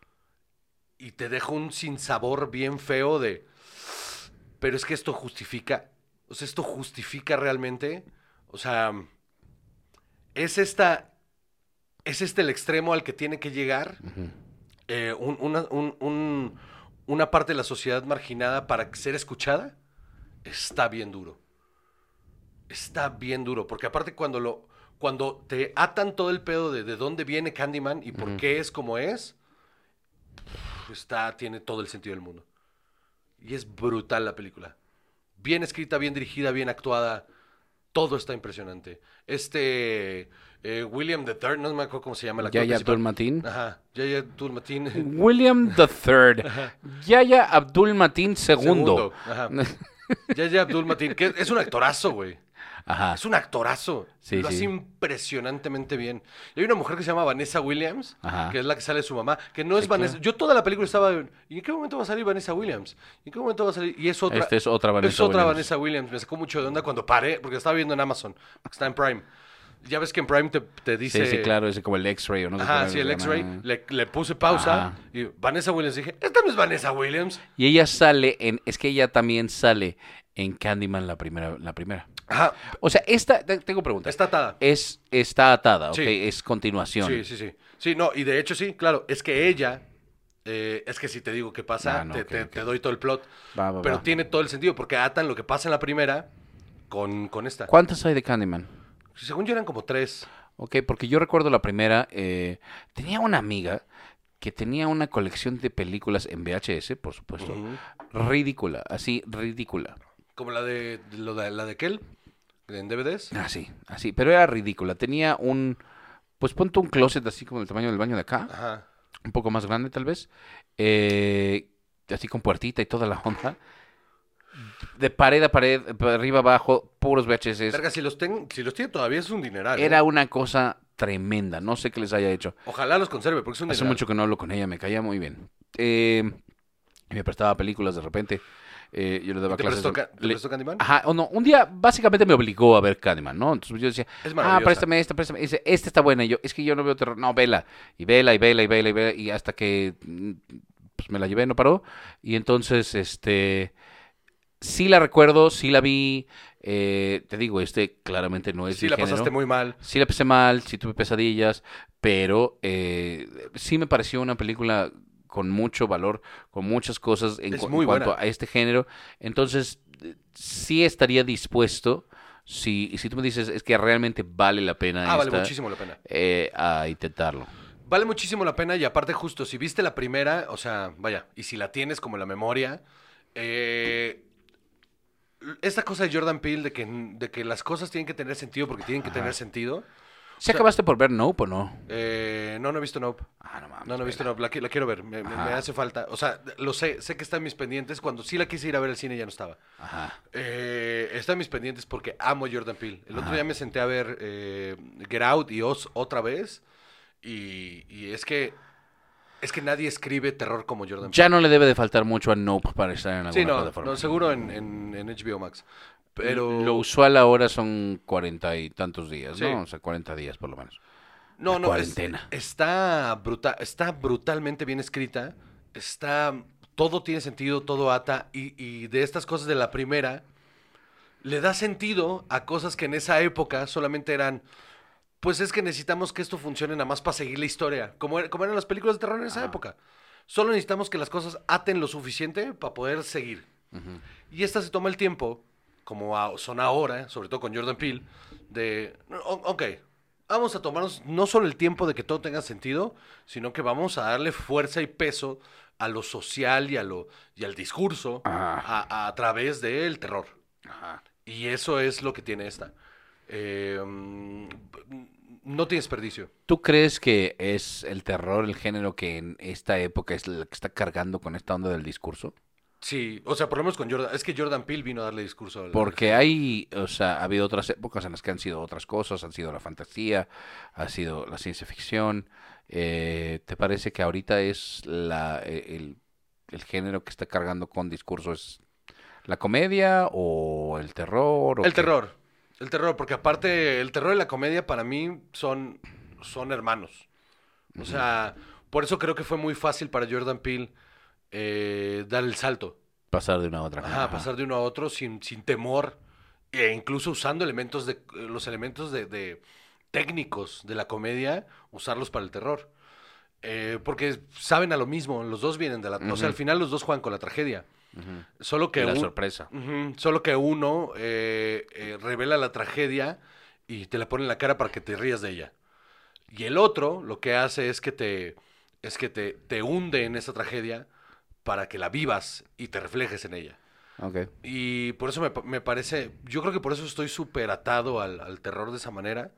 y te deja un sinsabor bien feo de, pero es que esto justifica... O sea, esto justifica realmente, o sea, es esta, es este el extremo al que tiene que llegar uh-huh. eh, un, una, un, un, una parte de la sociedad marginada para ser escuchada. Está bien duro. Está bien duro, porque aparte cuando lo, cuando te atan todo el pedo de, de dónde viene Candyman y por uh-huh. qué es como es, está, tiene todo el sentido del mundo. Y es brutal la película. Bien escrita, bien dirigida, bien actuada. Todo está impresionante. Este... Eh, William the Third, no me acuerdo cómo se llama el actor Yahya principal. Abdul-Mateen. Ajá, Yahya Abdul-Mateen. William the Third. Yahya Abdul-Mateen segundo. Segundo. Ajá. Yahya Abdul-Mateen, que es un actorazo, güey. Ajá. Es un actorazo. Sí, Lo sí. hace impresionantemente bien. Y hay una mujer que se llama Vanessa Williams, Ajá. que es la que sale de su mamá, que no es Sí, Vanessa. claro. Yo toda la película estaba... ¿Y en qué momento va a salir Vanessa Williams? ¿Y en qué momento va a salir? Y es otra... Esta es otra Vanessa Es otra Williams. Vanessa Williams. Me sacó mucho de onda cuando paré, porque estaba viendo en Amazon, porque está en Prime. Ya ves que en Prime te, te dice... Sí, sí, claro, ese como el X-Ray o no sé Ajá, cómo sí, se el llama. X-Ray. Le, le puse pausa Ajá. y Vanessa Williams. Dije, esta no es Vanessa Williams. Y ella sale en... Es que ella también sale en Candyman la primera. La primera. Ajá. O sea, esta... Tengo preguntas. Está atada. Es, está atada, Sí. ok, es continuación. Sí, sí, sí. Sí, no, y de hecho sí, claro, es que ella... Eh, es que si te digo qué pasa, Ah, no, te, ok, te, ok. te doy todo el plot. Va, va, Pero va. tiene todo el sentido, porque atan lo que pasa en la primera con, con esta. ¿Cuántas hay de Candyman? Según yo eran como tres. Ok, porque yo recuerdo la primera, eh, tenía una amiga que tenía una colección de películas en V H S, por supuesto, Uh-huh. ridícula, así, ridícula. Como la de, lo de la de Kel, en D V Ds. Así, así, pero era ridícula. Tenía un, pues ponte un closet así como el tamaño del baño de acá, Ajá. un poco más grande tal vez, eh, así con puertita y toda la onda. De pared a pared, para arriba abajo, puros V H S. Verga, si los, ten, si los tiene todavía es un dineral. ¿eh? Era una cosa tremenda, no sé qué les haya hecho. Ojalá los conserve, porque es un Hace dineral. mucho que no hablo con ella, me caía muy bien. Eh, y me prestaba películas de repente. Eh, yo le daba ¿Te clases. prestó, de- Ca- te le- prestó Candyman? Ajá, o no, un día básicamente me obligó a ver Candyman, ¿no? Entonces yo decía, Es ah, maravillosa. préstame esta, préstame. Y dice, esta está buena. Y yo, es que yo no veo terror. No, vela. Y vela, y vela, y vela, y vela. Y hasta que mm, pues me la llevé, no paró. Y entonces, este... Sí la recuerdo, sí la vi. eh, te digo, este claramente no es Sí, mi la género. pasaste muy mal. Sí la pasé mal, sí tuve pesadillas, pero eh, sí me pareció una película con mucho valor, con muchas cosas en, Es cu- en muy cuanto buena. a este género. Entonces, eh, sí estaría dispuesto, si, si tú me dices, es que realmente vale la pena Ah, vale esta, muchísimo la pena. eh, a intentarlo. Vale muchísimo la pena y aparte justo, si viste la primera, o sea, vaya, y si la tienes como en la memoria, eh, esta cosa de Jordan Peele de que, de que las cosas tienen que tener sentido porque tienen que Ajá. tener sentido. ¿Sí sea- acabaste por ver Nope o no? Eh, no, no he visto Nope. Ah, no mames. No, no he visto vela. Nope. La, qui- la quiero ver. Me, me- Ajá. me hace falta. O sea, lo sé. Sé que está en mis pendientes. Cuando sí la quise ir a ver al cine ya no estaba. Ajá. Eh, está en mis pendientes porque amo a Jordan Peele. El otro Ajá. día me senté a ver eh, Get Out y Oz otra vez. Y, y es que Es que nadie escribe terror como Jordan Peele. Ya no le debe de faltar mucho a Nope para estar en alguna Sí, no, plataforma. no seguro en, en, en H B O Max. Pero... Lo usual ahora son cuarenta y tantos días, Sí. ¿no? O sea, cuarenta días por lo menos. No, La no, es- cuarentena. está, bruta, está brutalmente bien escrita. Está, todo tiene sentido, todo ata. Y, y de estas cosas de la primera, le da sentido a cosas que en esa época solamente eran... Pues es que necesitamos que esto funcione nada más para seguir la historia. Como, er- como eran las películas de terror en esa Ajá. época. Solo necesitamos que las cosas aten lo suficiente para poder seguir. Y esta se toma el tiempo, como a- son ahora, sobre todo con Jordan Peele, de, o- ok, vamos a tomarnos no solo el tiempo de que todo tenga sentido, sino que vamos a darle fuerza y peso a lo social y, a lo, y al discurso Ajá. a, a través del terror. Ajá. Y eso es lo que tiene esta. Eh, mm, no tiene desperdicio. ¿Tú crees que es el terror el género que en esta época es el que está cargando con esta onda del discurso? Sí, o sea, por lo menos con Jordan. Es que Jordan Peele vino a darle discurso al. Porque hay, o sea, ha habido otras épocas en las que han sido otras cosas, han sido la fantasía, ha sido la ciencia ficción. Eh, ¿te parece que ahorita es la, el, el género que está cargando con discurso es la comedia o el terror? O El qué? terror. El terror, porque aparte, el terror y la comedia para mí son, son hermanos. O sea, por eso creo que fue muy fácil para Jordan Peele eh, dar el salto. Pasar de una a otra. Ajá, Ajá. pasar de uno a otro sin, sin temor. E incluso usando elementos de, los elementos de, de técnicos de la comedia, usarlos para el terror. Eh, porque saben a lo mismo, los dos vienen de la... O sea, al final los dos juegan con la tragedia. Solo que Y la un- sorpresa. Ujú, solo que uno eh, eh, revela la tragedia y te la pone en la cara para que te rías de ella. Y el otro lo que hace es que te es que te, te hunde en esa tragedia para que la vivas y te reflejes en ella. Ok. Y por eso me, pa- me parece, yo creo que por eso estoy súper atado al, al terror de esa manera.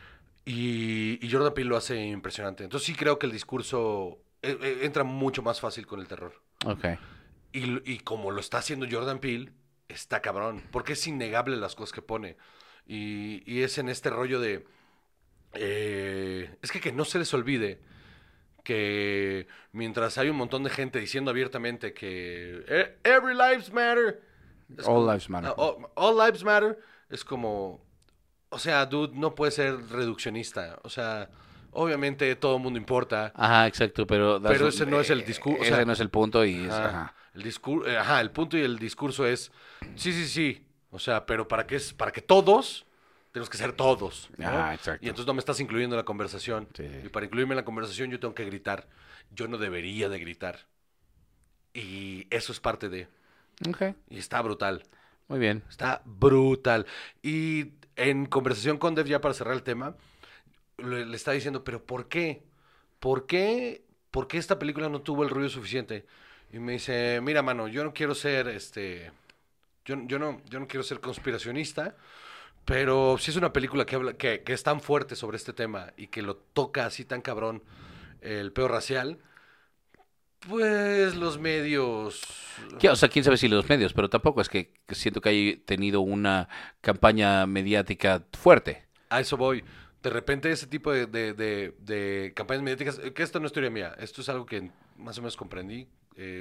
Y, y Jordan Peele lo hace impresionante. Entonces sí creo que el discurso eh, eh, entra mucho más fácil con el terror. Ok. Y, l- y como lo está haciendo Jordan Peele, está cabrón. Porque es innegable las cosas que pone. Y, y es en este rollo de... eh, es que que no se les olvide que mientras hay un montón de gente diciendo abiertamente que "Eh, Every lives matter. es All como- lives matter. ah, all, all lives matter. Es como... O sea, dude, no puede ser reduccionista. O sea, obviamente todo el mundo importa. Ajá, exacto, pero... das Pero un- ese no es el eh, discurso, o Ese sea- no es el punto y es... Ajá. Ajá. El discurso, ajá, el punto y el discurso es, sí, sí, sí, o sea, pero para que es, para que todos, tenemos que ser todos, ¿no? Ajá, exacto. Y entonces no me estás incluyendo en la conversación. Sí, sí. Y para incluirme en la conversación yo tengo que gritar. Yo no debería de gritar. Y eso es parte de, Ok, y está brutal, muy bien. está brutal. Y en conversación con Dev, ya para cerrar el tema, le, le está diciendo, pero ¿por qué? ¿Por qué? ¿Por qué esta película no tuvo el ruido suficiente? Y me dice, mira, mano, yo no quiero ser, este, yo, yo no, yo no quiero ser conspiracionista, pero si es una película que habla, que, que es tan fuerte sobre este tema y que lo toca así tan cabrón el peor racial, pues los medios. ¿Qué- O sea, quién sabe si los medios, pero tampoco es que que siento que haya tenido una campaña mediática fuerte. A eso voy. De repente ese tipo de, de, de- de campañas mediáticas, eh, que esto no es teoría mía, esto es algo que más o menos comprendí. eh,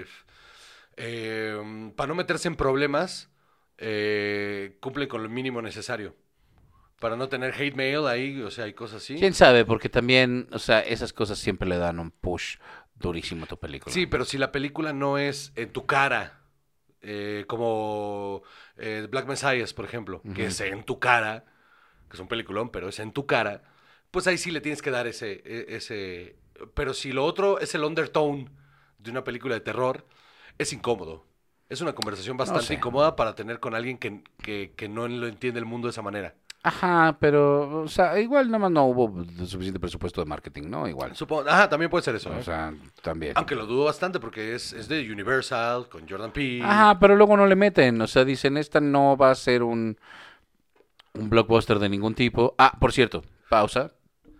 eh, para no meterse en problemas, eh, cumplen con lo mínimo necesario. Para no tener hate mail ahí, o sea, hay cosas así. ¿Quién sabe? Porque también, o sea, esas cosas siempre le dan un push durísimo a tu película. Sí, pero si la película no es en tu cara, eh, como eh, Black Messiah, por ejemplo, que es en tu cara, que es un peliculón, pero es en tu cara, pues ahí sí le tienes que dar ese, e- ese... Pero si lo otro es el undertone de una película de terror, es incómodo. Es una conversación bastante sé. incómoda para tener con alguien que, que, que no lo entiende el mundo de esa manera. Ajá, pero, o sea, igual nada más no hubo suficiente presupuesto de marketing, ¿no? Igual. Supongo, ajá, también puede ser eso. ¿eh? O sea, también. Aunque lo dudo bastante porque es, es de Universal, con Jordan Peele. Ajá, pero luego no le meten. O sea, dicen, esta no va a ser un, un blockbuster de ningún tipo. Ah, por cierto, pausa.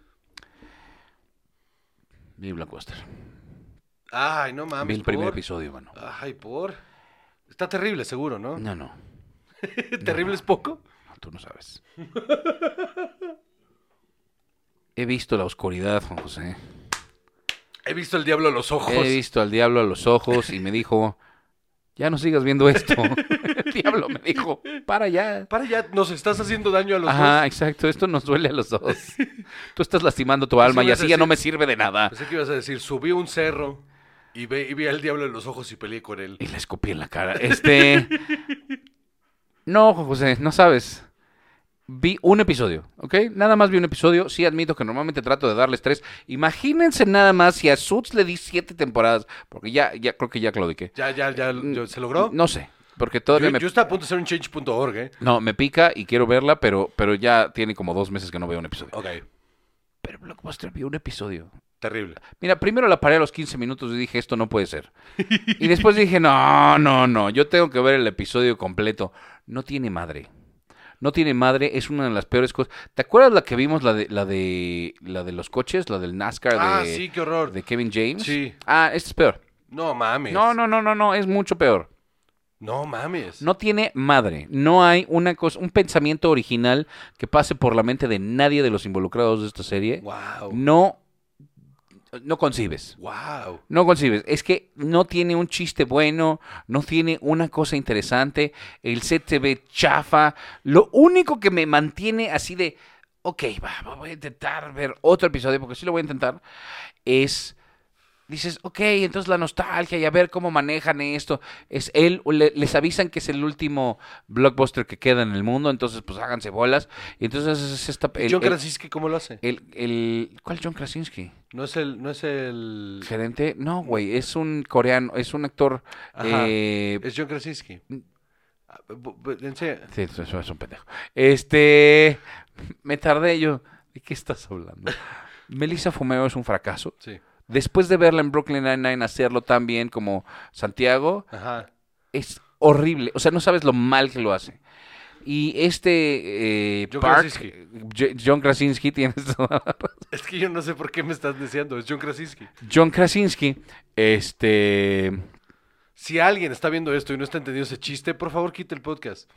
Vi blockbuster. Ay, no mames. Vi el primer ¿por? episodio, mano. Ay, por. Está terrible, seguro, ¿no? No, no. ¿Terrible es poco? No, tú no sabes. He visto la oscuridad, Juan José. He visto el diablo a los ojos. He visto al diablo a los ojos y me dijo, ya no sigas viendo esto. El diablo me dijo, para ya. Para ya, nos estás haciendo daño a los Ajá, dos. exacto, esto nos duele a los dos. Tú estás lastimando tu alma y ibas a así ya no decir- me sirve de nada. Pensé que ibas a decir, subí un cerro y, ve, y vi al diablo en los ojos y peleé con él. Y le escupí en la cara. Este... No, José, no sabes. Vi un episodio, ¿ok? Nada más vi un episodio. Sí admito que normalmente trato de darles tres. Imagínense nada más si a Suits le di siete temporadas. Porque ya, ya creo que ya claudiqué. ¿Ya, ya, ya, ya se logró? No sé, porque todavía Yo, me... yo estaba a punto de hacer un change punto org, ¿eh? No, me pica y quiero verla, pero, pero ya tiene como dos meses que no veo un episodio. Ok, Pero Blockbuster vi un episodio. terrible. Mira, primero la paré a los quince minutos y dije, esto no puede ser. Y después dije, no, no, no, yo tengo que ver el episodio completo. No tiene madre. No tiene madre, es una de las peores cosas. ¿Te acuerdas la que vimos, la de la de, la de los coches, la del NASCAR de, Ah, sí, qué horror. de Kevin James? Sí. Ah, esta es peor. No mames. No, no, no, no, no, es mucho peor. No mames. No tiene madre. No hay una cosa, un pensamiento original que pase por la mente de nadie de los involucrados de esta serie. Wow. No, no concibes. Wow. No concibes. Es que no tiene un chiste bueno, no tiene una cosa interesante. El set se ve chafa. Lo único que me mantiene así de, ok, va, voy a intentar ver otro episodio, porque sí lo voy a intentar, es... Dices, ok, entonces la nostalgia y a ver cómo manejan esto. Es él, le- les avisan que es el último blockbuster que queda en el mundo, entonces pues háganse bolas. Y entonces es esta... El, John el- Krasinski, ¿cómo lo hace? el- el- ¿Cuál John Krasinski? No es el, no es el... ¿Gerente? No, güey, es un coreano, es un actor... Ajá. eh, Es John Krasinski. Ah, bu- bu- en serio. Sí, eso eso es un pendejo. Este... Me tardé yo. ¿De qué estás hablando? Melissa Fumeo es un fracaso. Sí. Después de verla en Brooklyn Nine-Nine hacerlo tan bien como Santiago, Ajá. es horrible. O sea, no sabes lo mal que lo hace. Y este eh, John Park, Krasinski. J- John Krasinski, tienes toda la razón. Es que yo no sé por qué me estás deseando. Es John Krasinski. John Krasinski, este... Si alguien está viendo esto y no está entendiendo ese chiste, por favor, quite el podcast.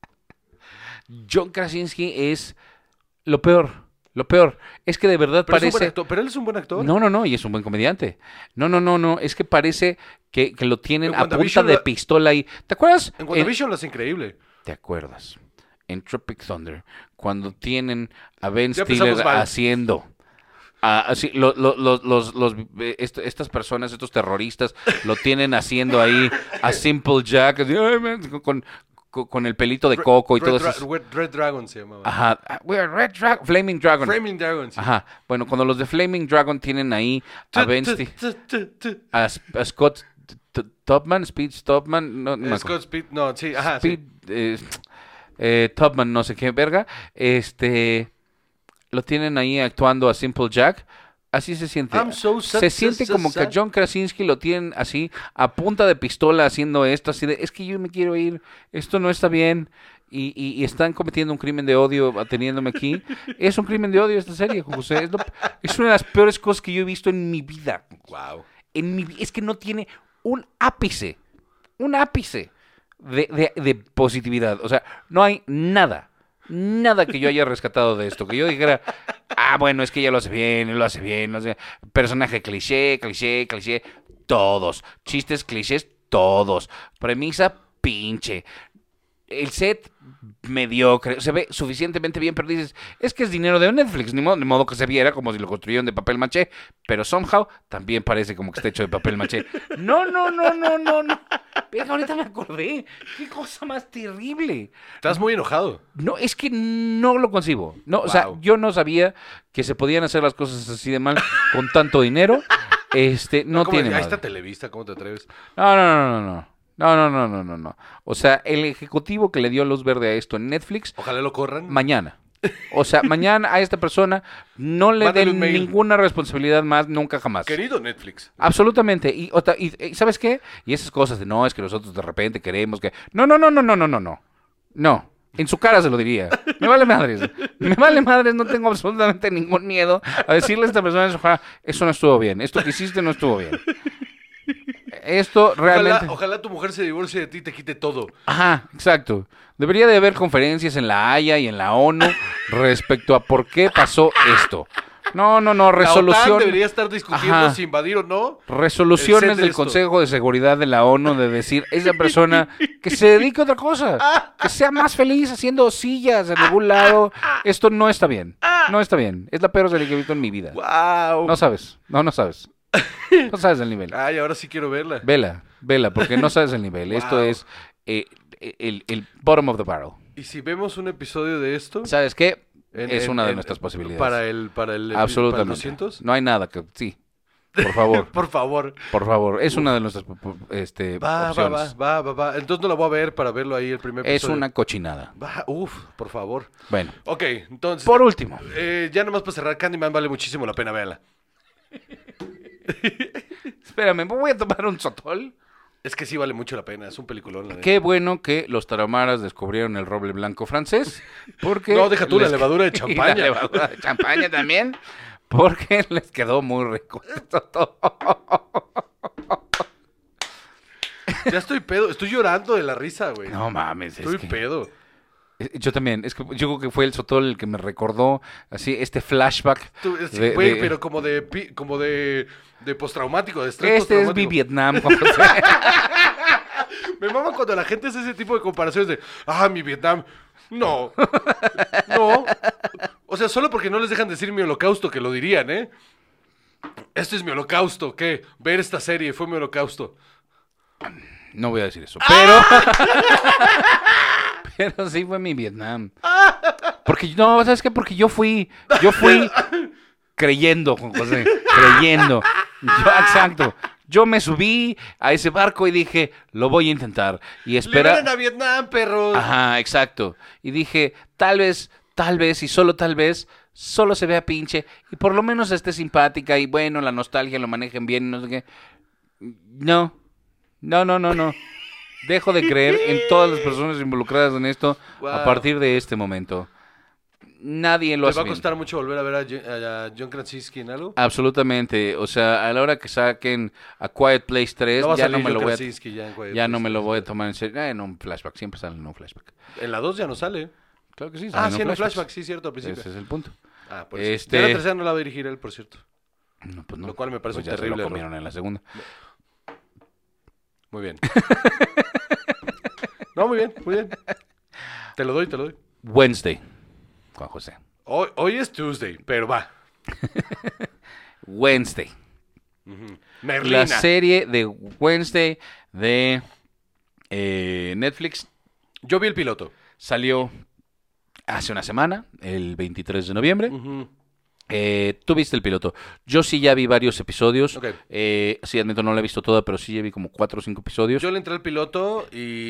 John Krasinski es lo peor. Lo peor. Es que de verdad Pero, es un buen parece... actor, pero él es un buen actor. No, no, no, y es un buen comediante. No, no, no, no, es que parece que, que lo tienen En a punta WandaVision de lo- pistola ahí. ¿Te acuerdas? En En- WandaVision lo hace increíble. ¿Te acuerdas? En Tropic Thunder, cuando tienen a Ben Ya Stiller empezamos mal. haciendo... ah, así, lo- lo- lo- los, los, eh, est- estas personas, estos terroristas, lo tienen haciendo ahí a Simple Jack, así, "Ay, man", con, con, con el pelito de coco y Red, todo Dra- eso. Red, Red Dragon se llamaba. Ajá, ah, we're Red Dragon, Flaming Dragon. Flaming Dragon. sí. Ajá, bueno, cuando los de Flaming Dragon tienen ahí a Ben Tu- Stiller... tu- tu- tu- tu. A, S- a Scott T- T- Topman, Speed Topman, no, no me Eh, acuerdo. Scott Speed, no, sí, ajá, Speed, sí. eh, eh, Topman, no sé qué verga, este, lo tienen ahí actuando a Simple Jack, así se siente. I'm so sad, Se sad, siente sad, como que sad. a John Krasinski lo tienen así, a punta de pistola haciendo esto, así de, es que yo me quiero ir, esto no está bien. Y, y- y están cometiendo un crimen de odio teniéndome aquí. Es un crimen de odio esta serie, José. Es, lo- es una de las peores cosas que yo he visto en mi vida. Wow. En mi, vi- es que no tiene un ápice, un ápice de, de- de positividad. O sea, no hay nada, nada que yo haya rescatado de esto. Que yo dijera, ah, bueno, es que ella lo hace bien, él lo hace bien. Lo hace... Personaje cliché, cliché, cliché, todos. Chistes, clichés, todos. Premisa, pinche. El set mediocre, se ve suficientemente bien, pero dices, es que es dinero de Netflix, ni modo, ni modo que se viera como si lo construyeron de papel maché, pero somehow también parece como que está hecho de papel maché. No, no, no, no, no, no. Venga, ahorita me acordé. Qué cosa más terrible. Estás muy enojado. No, es que no lo concibo. No, o sea, Wow. yo no sabía que se podían hacer las cosas así de mal con tanto dinero. Este, no ¿Cómo- tiene Ahí madre. está Televisa, ¿cómo te atreves? No, no, no, no, no. No, no, no, no, no, no. O sea, el ejecutivo que le dio luz verde a esto en Netflix, Ojalá lo corran. mañana. O sea, mañana a esta persona no le Mándale den un mail. ninguna responsabilidad más, nunca jamás. Querido Netflix. Absolutamente. Y, otra- y, y ¿sabes qué? Y esas cosas de no, es que nosotros de repente queremos que... No, no, no, no, no, no, no, no. No. En su cara se lo diría. Me vale madres. Me vale madres, no tengo absolutamente ningún miedo a decirle a esta persona en su cara, eso no estuvo bien, esto que hiciste no estuvo bien. Esto realmente... Ojalá, ojalá tu mujer se divorcie de ti y te quite todo. Ajá, exacto. Debería de haber conferencias en la Haya y en la ONU respecto a por qué pasó esto. No, no, no, La OTAN resolución. debería estar discutiendo Ajá. si invadir o no. Resoluciones el set de del esto. Consejo de Seguridad de la ONU de decir, esa persona que se dedique a otra cosa, que sea más feliz haciendo sillas en algún lado. Esto no está bien, no está bien. Es la peor serie que he visto en mi vida. ¡Wow! No sabes, no, no sabes. No sabes el nivel. Ay, ahora sí quiero verla. Vela, vela, porque no sabes el nivel. Wow. Esto es eh, el, el bottom of the barrel. ¿Y si vemos un episodio de esto? ¿Sabes qué? En- es en- una de en- nuestras posibilidades. Para el, para el, Absolutamente. para el doscientos. No hay nada que... Sí, por favor, Por favor. por favor. Es una de nuestras este, Va, va, opciones. va, va, va, va. Entonces no la voy a ver para verlo ahí el primer Es episodio. una cochinada. Va, uf, por favor. Bueno, Ok, entonces. por último. eh, ya nomás para cerrar, Candyman vale muchísimo la pena, véala. Espérame, voy a tomar un sotol. Es que sí vale mucho la pena, es un peliculón. La neta. Qué bueno que los taramaras descubrieron el roble blanco francés. Porque No, deja tú la les- levadura de y champaña. La levadura de champaña también. Porque les quedó muy rico. Ya estoy pedo, estoy llorando de la risa, güey. No mames, es estoy que... pedo. Eh, Yo también, es que yo creo que fue el sotol el que me recordó así este flashback. Tú, es- de- güey, de- pero como de pi- como de, de postraumático, de estrés Este es mi postraumático. Vietnam. Juan José. Me mama cuando la gente hace ese tipo de comparaciones de, ah, mi Vietnam. No, no. O sea, solo porque no les dejan decir mi holocausto, que lo dirían, ¿eh? Este es mi holocausto, ¿qué? Ver esta serie fue mi holocausto. No voy a decir eso, pero... pero sí fue mi Vietnam. Porque, no, ¿sabes qué? Porque yo fui, yo fui creyendo, Juan José, creyendo. Yo, exacto. Yo me subí a ese barco y dije, lo voy a intentar. Y espera... ¡Liberen a Vietnam, perros! Ajá, exacto. Y dije, tal vez, tal vez, y solo tal vez, solo se vea pinche, y por lo menos esté simpática, y bueno, la nostalgia lo manejen bien, no sé qué. No, no, no, no, no. Dejo de creer en todas las personas involucradas en esto Wow. a partir de este momento. Nadie lo ¿Te hace va a bien. costar mucho volver a ver a, Jo- a John Krasinski en algo? Absolutamente. O sea, a la hora que saquen A Quiet Place tres, No va a ya no salir me lo John voy a... Krasinski ya en Quiet Ya no Place me lo tres. voy a tomar en serio. Eh, en un flashback, siempre sale en un flashback. En la dos ya no sale. Claro que sí. Ah, salen sí, en un flashbacks. flashback, sí, cierto, al principio. Ese es el punto. Ah, por eso. Este- Ya la tercera no la va a dirigir él, por cierto. No, pues no. Lo cual me parece Pues un ya se terrible lo error. comieron en la segunda. Muy bien. No, muy bien, muy bien. Te lo doy, te lo doy. Wednesday, Juan José. Hoy, hoy es Tuesday, pero va. Wednesday. Merlina. La serie de Wednesday de eh, Netflix Yo vi el piloto. salió hace una semana, el veintitrés de noviembre. Ujú. Eh, tú viste el piloto. Yo sí ya vi varios episodios. Ok. Eh, sí, admito, no la he visto toda, pero sí ya vi como cuatro o cinco episodios. Yo le entré al piloto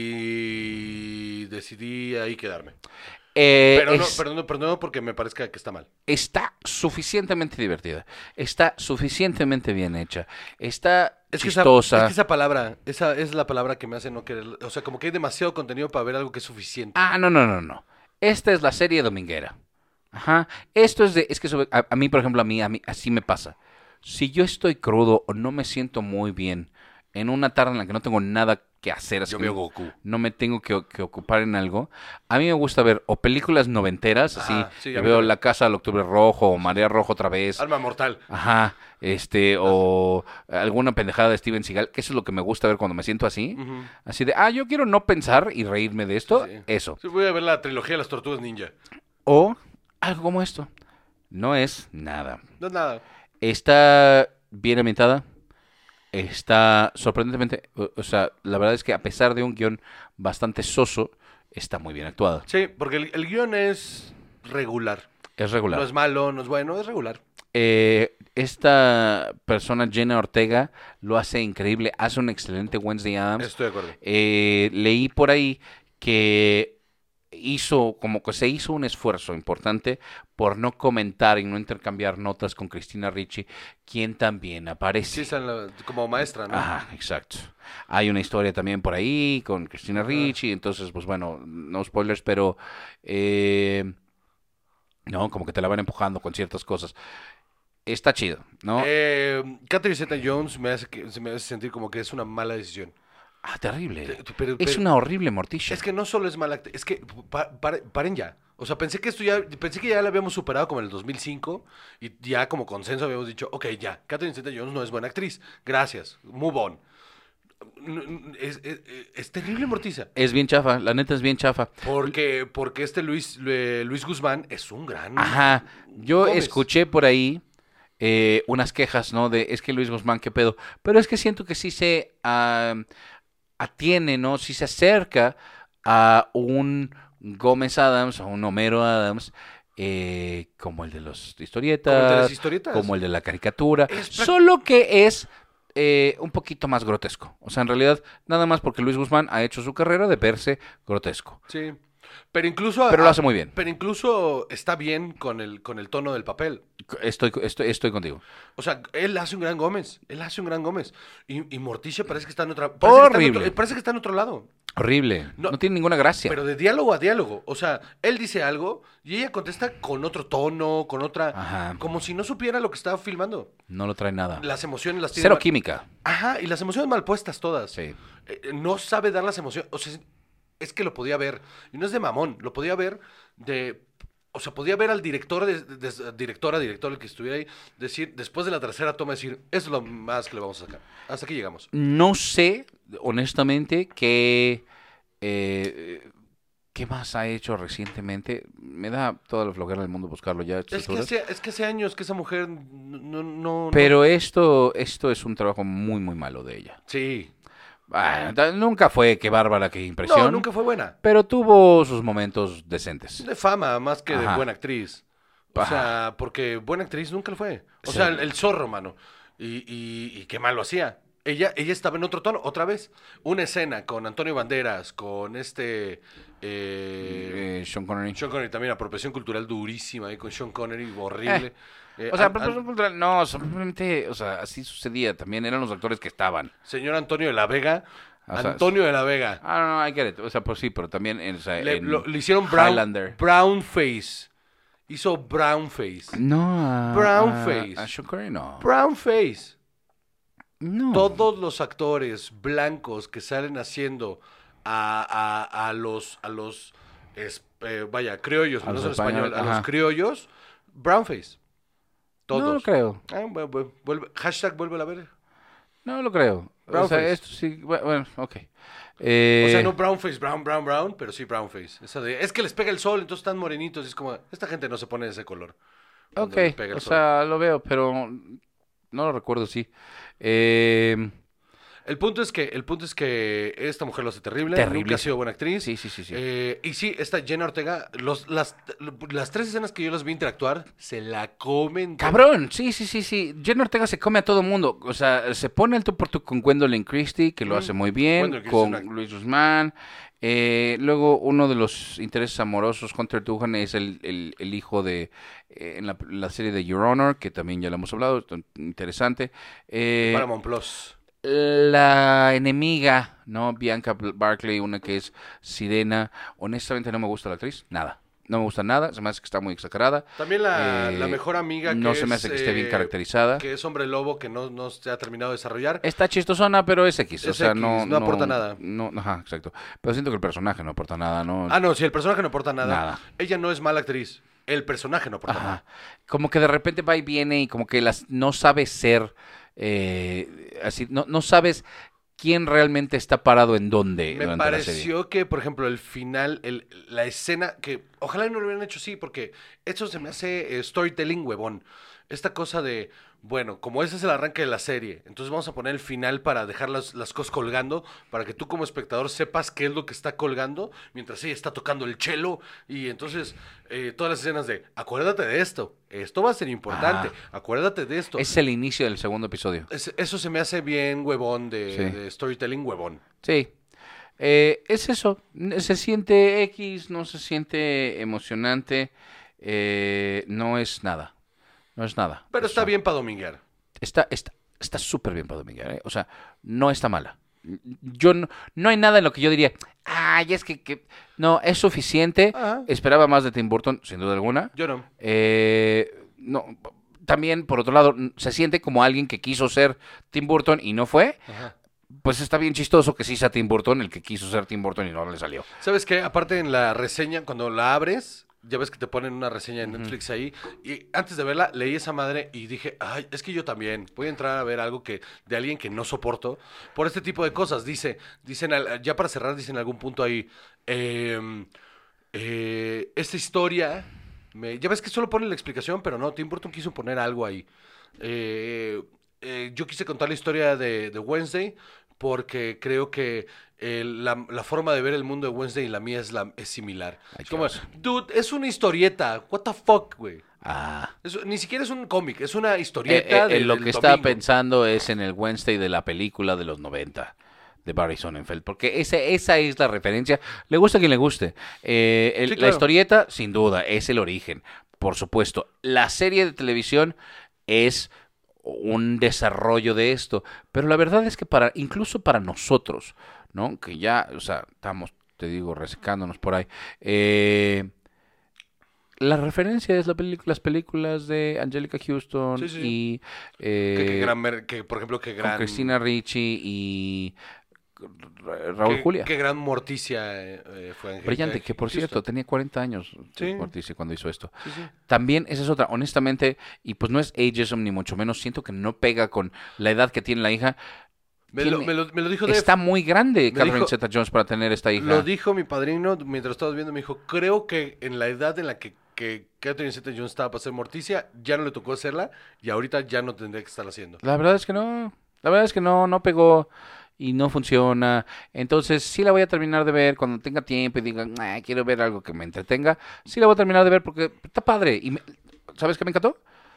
y decidí ahí quedarme. Eh, Pero no, es- pero no, pero no porque me parezca que está mal. Está suficientemente divertida. Está suficientemente bien hecha. Está Es que, esa, chistosa. es que esa palabra, esa es la palabra que me hace no querer. O sea, como que hay demasiado contenido para ver algo que es suficiente. Ah, no, no, no, no. Esta es la serie dominguera. Ajá. Esto es de... Es que sobre- a, a mí, por ejemplo, a mí, a mí así me pasa. Si yo estoy crudo o no me siento muy bien en una tarde en la que no tengo nada que hacer, así Yo que veo Goku. no me tengo que, que ocupar en algo, a mí me gusta ver o películas noventeras, así, Ajá, sí, a yo mí veo también. La Casa del Octubre Rojo o Marea Roja otra vez. Alma mortal. Ajá, este, o alguna pendejada de Steven Seagal, que eso es lo que me gusta ver cuando me siento así. Ujú. Así de, ah, yo quiero no pensar y reírme de esto, Sí. eso. Sí, voy a ver la trilogía de las tortugas ninja. O algo como esto. No es nada. No es nada. Está bien ambientada. Está sorprendentemente, o, o sea, la verdad es que a pesar de un guión bastante soso, está muy bien actuada. Sí, porque el, el guión es regular. Es regular. No es malo, no es bueno, es regular. Eh, esta persona, Jenna Ortega, lo hace increíble. Hace un excelente Wednesday Addams. Estoy de acuerdo. Eh, leí por ahí que hizo, como que se hizo un esfuerzo importante por no comentar y no intercambiar notas con Cristina Ricci, quien también aparece. Sí, está en la- como maestra, ¿no? Ajá, exacto. Hay una historia también por ahí con Cristina Ricci, entonces, pues bueno, no spoilers, pero eh, no, como que te la van empujando con ciertas cosas. Está chido, ¿no? Eh, Catherine Zeta-Jones me hace, que, se me hace sentir como que es una mala decisión. Ah, terrible. Te- pero- es pero- una horrible morticia. Es que no solo es mala, act- es que pa- pare- paren ya. O sea, pensé que esto ya, pensé que ya lo habíamos superado como en el dos mil cinco y ya como consenso habíamos dicho, ok, ya, Catherine Zeta-Jones no es buena actriz, gracias, move on. Es, es, es terrible, Morticia. Es bien chafa, la neta es bien chafa. Porque, porque este Luis, eh, Luis Guzmán es un gran... Ajá, yo Gómez. escuché por ahí eh, unas quejas, ¿no? De, es que Luis Guzmán, qué pedo. Pero es que siento que sí se uh, atiene, ¿no? Sí se acerca a un Gómez Adams, a un Homero Adams, eh, como el de los historietas, Como el de las historietas. como el de la caricatura, Es prac- solo que es eh, un poquito más grotesco. O sea, en realidad, nada más porque Luis Guzmán ha hecho su carrera de verse grotesco. Sí. Pero incluso... Pero lo hace muy bien. Pero incluso está bien con el, con el tono del papel. Estoy, estoy, estoy contigo. O sea, él hace un gran Gómez. Él hace un gran Gómez. Y, y Morticia parece que está en otra... Parece Horrible. Que está en otro, parece que está en otro lado. Horrible. No, No, tiene ninguna gracia. Pero de diálogo a diálogo. O sea, él dice algo y ella contesta con otro tono, con otra... Ajá. Como si no supiera lo que estaba filmando. No lo trae nada. Las emociones las tiene... Cero mal- química. Ajá, y las emociones mal puestas todas. Sí. Eh, no sabe dar las emociones. O sea, es que lo podía ver. Y no es de mamón, lo podía ver de... O sea, podía ver al director, de, de- de- directora, director, el que estuviera ahí, decir, después de la tercera toma, decir, eso es lo más que le vamos a sacar. Hasta aquí llegamos. No sé, honestamente, qué, eh, qué más ha hecho recientemente. Me da toda la flojera del mundo buscarlo ya. a estas Es que, alturas. hace, es que hace años que esa mujer no... no, no- Pero esto, esto es un trabajo muy, muy malo de ella. Sí. Ah, ta- nunca fue que bárbara, que impresión. No, nunca fue buena. Pero tuvo sus momentos decentes. De fama, más que de Ajá. buena actriz. O Ajá. sea, porque buena actriz nunca lo fue. O Sí. sea, el, el zorro, mano. Y, y, y qué mal lo hacía. Ella, ella estaba en otro tono, otra vez. Una escena con Antonio Banderas, con este... Eh, Eh, Sean Connery. Sean Connery también, apropiación cultural durísima ahí con Sean Connery, horrible. Eh, O sea, an- pero- an- pero- no, simplemente, o sea, así sucedía. También eran los actores que estaban. señor Antonio de la Vega. O sea, Antonio de la Vega. Ah, no, no, I get it. O sea, pues sí, pero también en, o sea, Le, en lo- le hicieron brown, Highlander. brown face. Hizo brown face. No, a, Brown a- face. A Sean Connery no. Brown face. No. Todos los actores blancos que salen haciendo a, a, a los, a los es- eh, vaya, criollos, A no los son español, españoles, a los ajá. criollos, brownface. Todos. No lo creo. Ah, bu- bu- vuelve- hashtag vuelve a ver. No lo creo. O Brown sea, face. esto sí. Bueno, bueno, ok. Eh, O sea, no brownface, brown, brown, brown, pero sí brownface. Esa de, es que les pega el sol, entonces están morenitos. Y es como, esta gente no se pone de ese color. cuando Ok, les pega el o sol. sea, lo veo, pero no lo recuerdo, sí. Eh, El punto es que, el punto es que esta mujer lo hace terrible. Terrible. Nunca ha sido buena actriz. sí, sí, sí, sí. Eh, y sí, esta Jenna Ortega, los, las, las tres escenas que yo las vi interactuar, se la comen. Cabrón, sí, sí, sí, sí. Jenna Ortega se come a todo mundo. O sea, se pone al tú por tú con Gwendolyn Christie, que lo Mm. hace muy bien, Gwendolyn Christie con es una- Luis Guzmán. Eh, luego, uno de los intereses amorosos, Hunter Dugan, es el, el, el hijo de, eh, en la, la serie de Your Honor, que también ya lo hemos hablado, está interesante. Eh, Paramount Plus. la enemiga, ¿no? Bianca Barclay, una que es Sirena. Honestamente no me gusta la actriz, nada. No me gusta nada, se me hace que está muy exagerada. También la, Eh, la mejor amiga que no se me es, hace que esté bien eh, caracterizada. Que es hombre lobo, que no, no se ha terminado de desarrollar. Está chistosona, pero es X. O Es sea, X, no, no aporta nada. No, ajá, exacto. Pero siento que el personaje no aporta nada, ¿no? Ah, no, si el personaje no aporta nada. Nada. Ella no es mala actriz. El personaje no aporta Ajá. nada. Como que de repente va y viene y como que las no sabes ser eh, así, no, no sabes quién realmente está parado en dónde Me durante la serie. pareció que, por ejemplo, el final, el, la escena, que ojalá no lo hubieran hecho así, porque eso se me hace eh, storytelling huevón. Esta cosa de, bueno, como ese es el arranque de la serie, entonces vamos a poner el final para dejar las, las cosas colgando, para que tú como espectador sepas qué es lo que está colgando, mientras ella está tocando el cello, y entonces eh, todas las escenas de, acuérdate de esto, esto va a ser importante, Ajá. acuérdate de esto. Es el inicio del segundo episodio. Es- eso se me hace bien huevón de, Sí. de storytelling huevón. Sí. Eh, es eso. Se siente X, no se siente emocionante. eh, no es nada. No es nada. Pero O está sea, bien para dominguear. Está está está súper bien para dominguear, ¿eh? O sea, no está mala. Yo no, no hay nada en lo que yo diría, ay, es que, que-". No, es suficiente. Ajá. Esperaba más de Tim Burton, sin duda alguna. Yo no. Eh, no, también, por otro lado, se siente como alguien que quiso ser Tim Burton y no fue. Ajá. Pues está bien chistoso que sí sea Tim Burton el que quiso ser Tim Burton y no le salió. ¿Sabes qué? Aparte en la reseña, cuando la abres, ya ves que te ponen una reseña en Netflix ahí, y antes de verla leí esa madre y dije, ay, es que yo también voy a entrar a ver algo que de alguien que no soporto por este tipo de cosas. Dice, dicen, al- ya para cerrar, dicen en algún punto ahí, em, eh, esta historia, me, ya ves que solo ponen la explicación, pero no, Tim Burton quiso poner algo ahí. Eh, eh, yo quise contar la historia de, de Wednesday porque creo que eh, la, la forma de ver el mundo de Wednesday y la mía es, la, es similar. Ay, Es como, qué oso. dude, es una historieta. What the fuck, güey. Ah. Es- Ni siquiera es un cómic, es una Eh, historieta eh, de, eh, lo del que estaba domingo. pensando es en el Wednesday de la película de los noventa de Barry Sonnenfeld, porque ese, esa es la referencia. Le gusta a quien le guste. Eh, el- Sí, La claro. historieta, sin duda, es el origen, por supuesto. La serie de televisión es un desarrollo de esto, pero la verdad es que para, incluso para nosotros, ¿no? Que ya, o sea, estamos, te digo, resecándonos por ahí. Eh, la referencia es la pelic- las películas de Angelica Houston Sí, sí, sí. y eh, Que, que gran mer- que, por ejemplo, que con gran... Christina Ricci y Ra- Raúl que- Julia. Que gran Morticia eh, eh, fue Angélica Brillante, que por Houston. cierto tenía cuarenta años Sí. Morticia cuando hizo esto. Sí, sí. También esa es otra, honestamente, y pues no es ageism ni mucho menos, siento que no pega con la edad que tiene la hija. Me lo, Tiene- me, lo, me lo dijo Def. Está muy grande Me Catherine dijo- Zeta-Jones para tener esta hija. Lo dijo mi padrino mientras estabas viendo. Me dijo, creo que en la edad en la que, que Catherine Zeta-Jones estaba para ser Morticia, ya no le tocó hacerla y ahorita ya no tendría que estar haciendo. La verdad es que no, la verdad es que no, no pegó y no funciona. Entonces sí la voy a terminar de ver cuando tenga tiempo y diga, "Ah, quiero ver algo que me entretenga". Sí la voy a terminar de ver porque está padre. Y me- ¿sabes qué me encantó?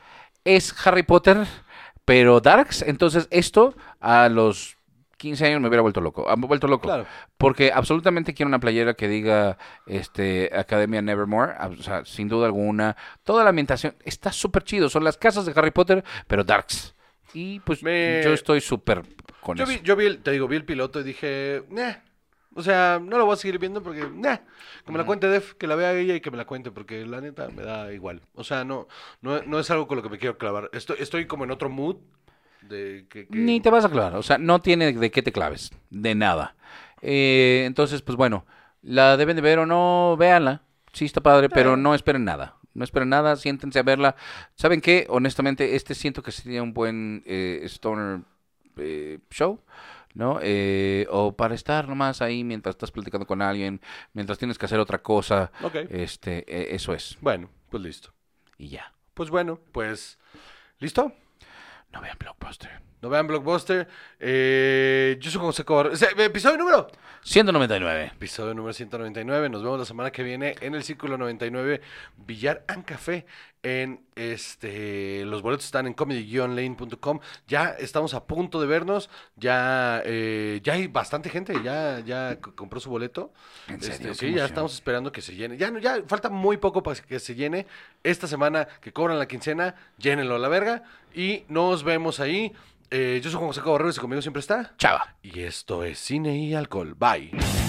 Es Harry Potter, pero Darks. Entonces esto a los quince años me hubiera vuelto loco. ah, vuelto loco. Claro. Porque absolutamente quiero una playera que diga este Academia Nevermore. ah, O sea, sin duda alguna. Toda la ambientación está súper chido. Son las casas de Harry Potter, pero Darks. Y pues Me- yo estoy súper con Yo eso. vi, yo vi el, te digo, vi el piloto y dije, "Nah". O sea, no lo voy a seguir viendo porque, nah. Que me la cuente Def, que la vea ella y que me la cuente, porque la neta me da igual. O sea, no, no, no es algo con lo que me quiero clavar. Estoy, estoy como en otro mood de que, que- Ni te vas a clavar. O sea, no tiene de qué te claves. De nada. Eh, entonces, pues bueno, la deben de ver o no, véanla. Sí está padre, pero no esperen nada. No esperen nada, siéntense a verla. ¿Saben qué? Honestamente, este siento que sería un buen eh, stoner eh, show, ¿no? Eh, o para estar nomás ahí mientras estás platicando con alguien, mientras tienes que hacer otra cosa. Ok. Este, eh, eso es. Bueno, pues listo. Y ya. Pues bueno, pues, ¿listo? No vean Blockbuster. No vean Blockbuster. Eh, yo soy José Cobar. O sea, episodio número. ciento noventa y nueve. Episodio número ciento noventa y nueve. Nos vemos la semana que viene en el Círculo noventa y nueve Villar and Café. En este, los boletos están en comedy guion lane punto com. Ya estamos a punto de vernos. Ya, eh, ya hay bastante gente. Ya, ya c- compró su boleto. ¿En Este, serio? Qué sí, ya emoción. estamos esperando que se llene. Ya, no- ya falta muy poco para que se llene. Esta semana que cobran la quincena, llénenlo a la verga. Y nos vemos ahí. Eh, yo soy Juan José Cabarreros y conmigo siempre está. Chava. Y esto es Cine y Alcohol. Bye.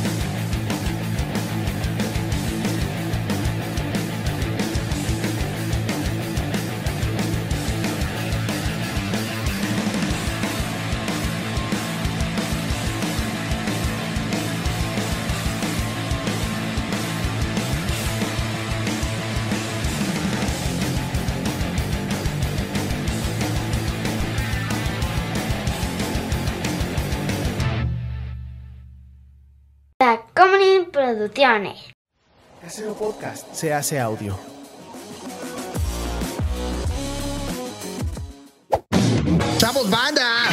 Tacomunin Producciones. Casero Podcast se hace audio. ¡Chavos, banda!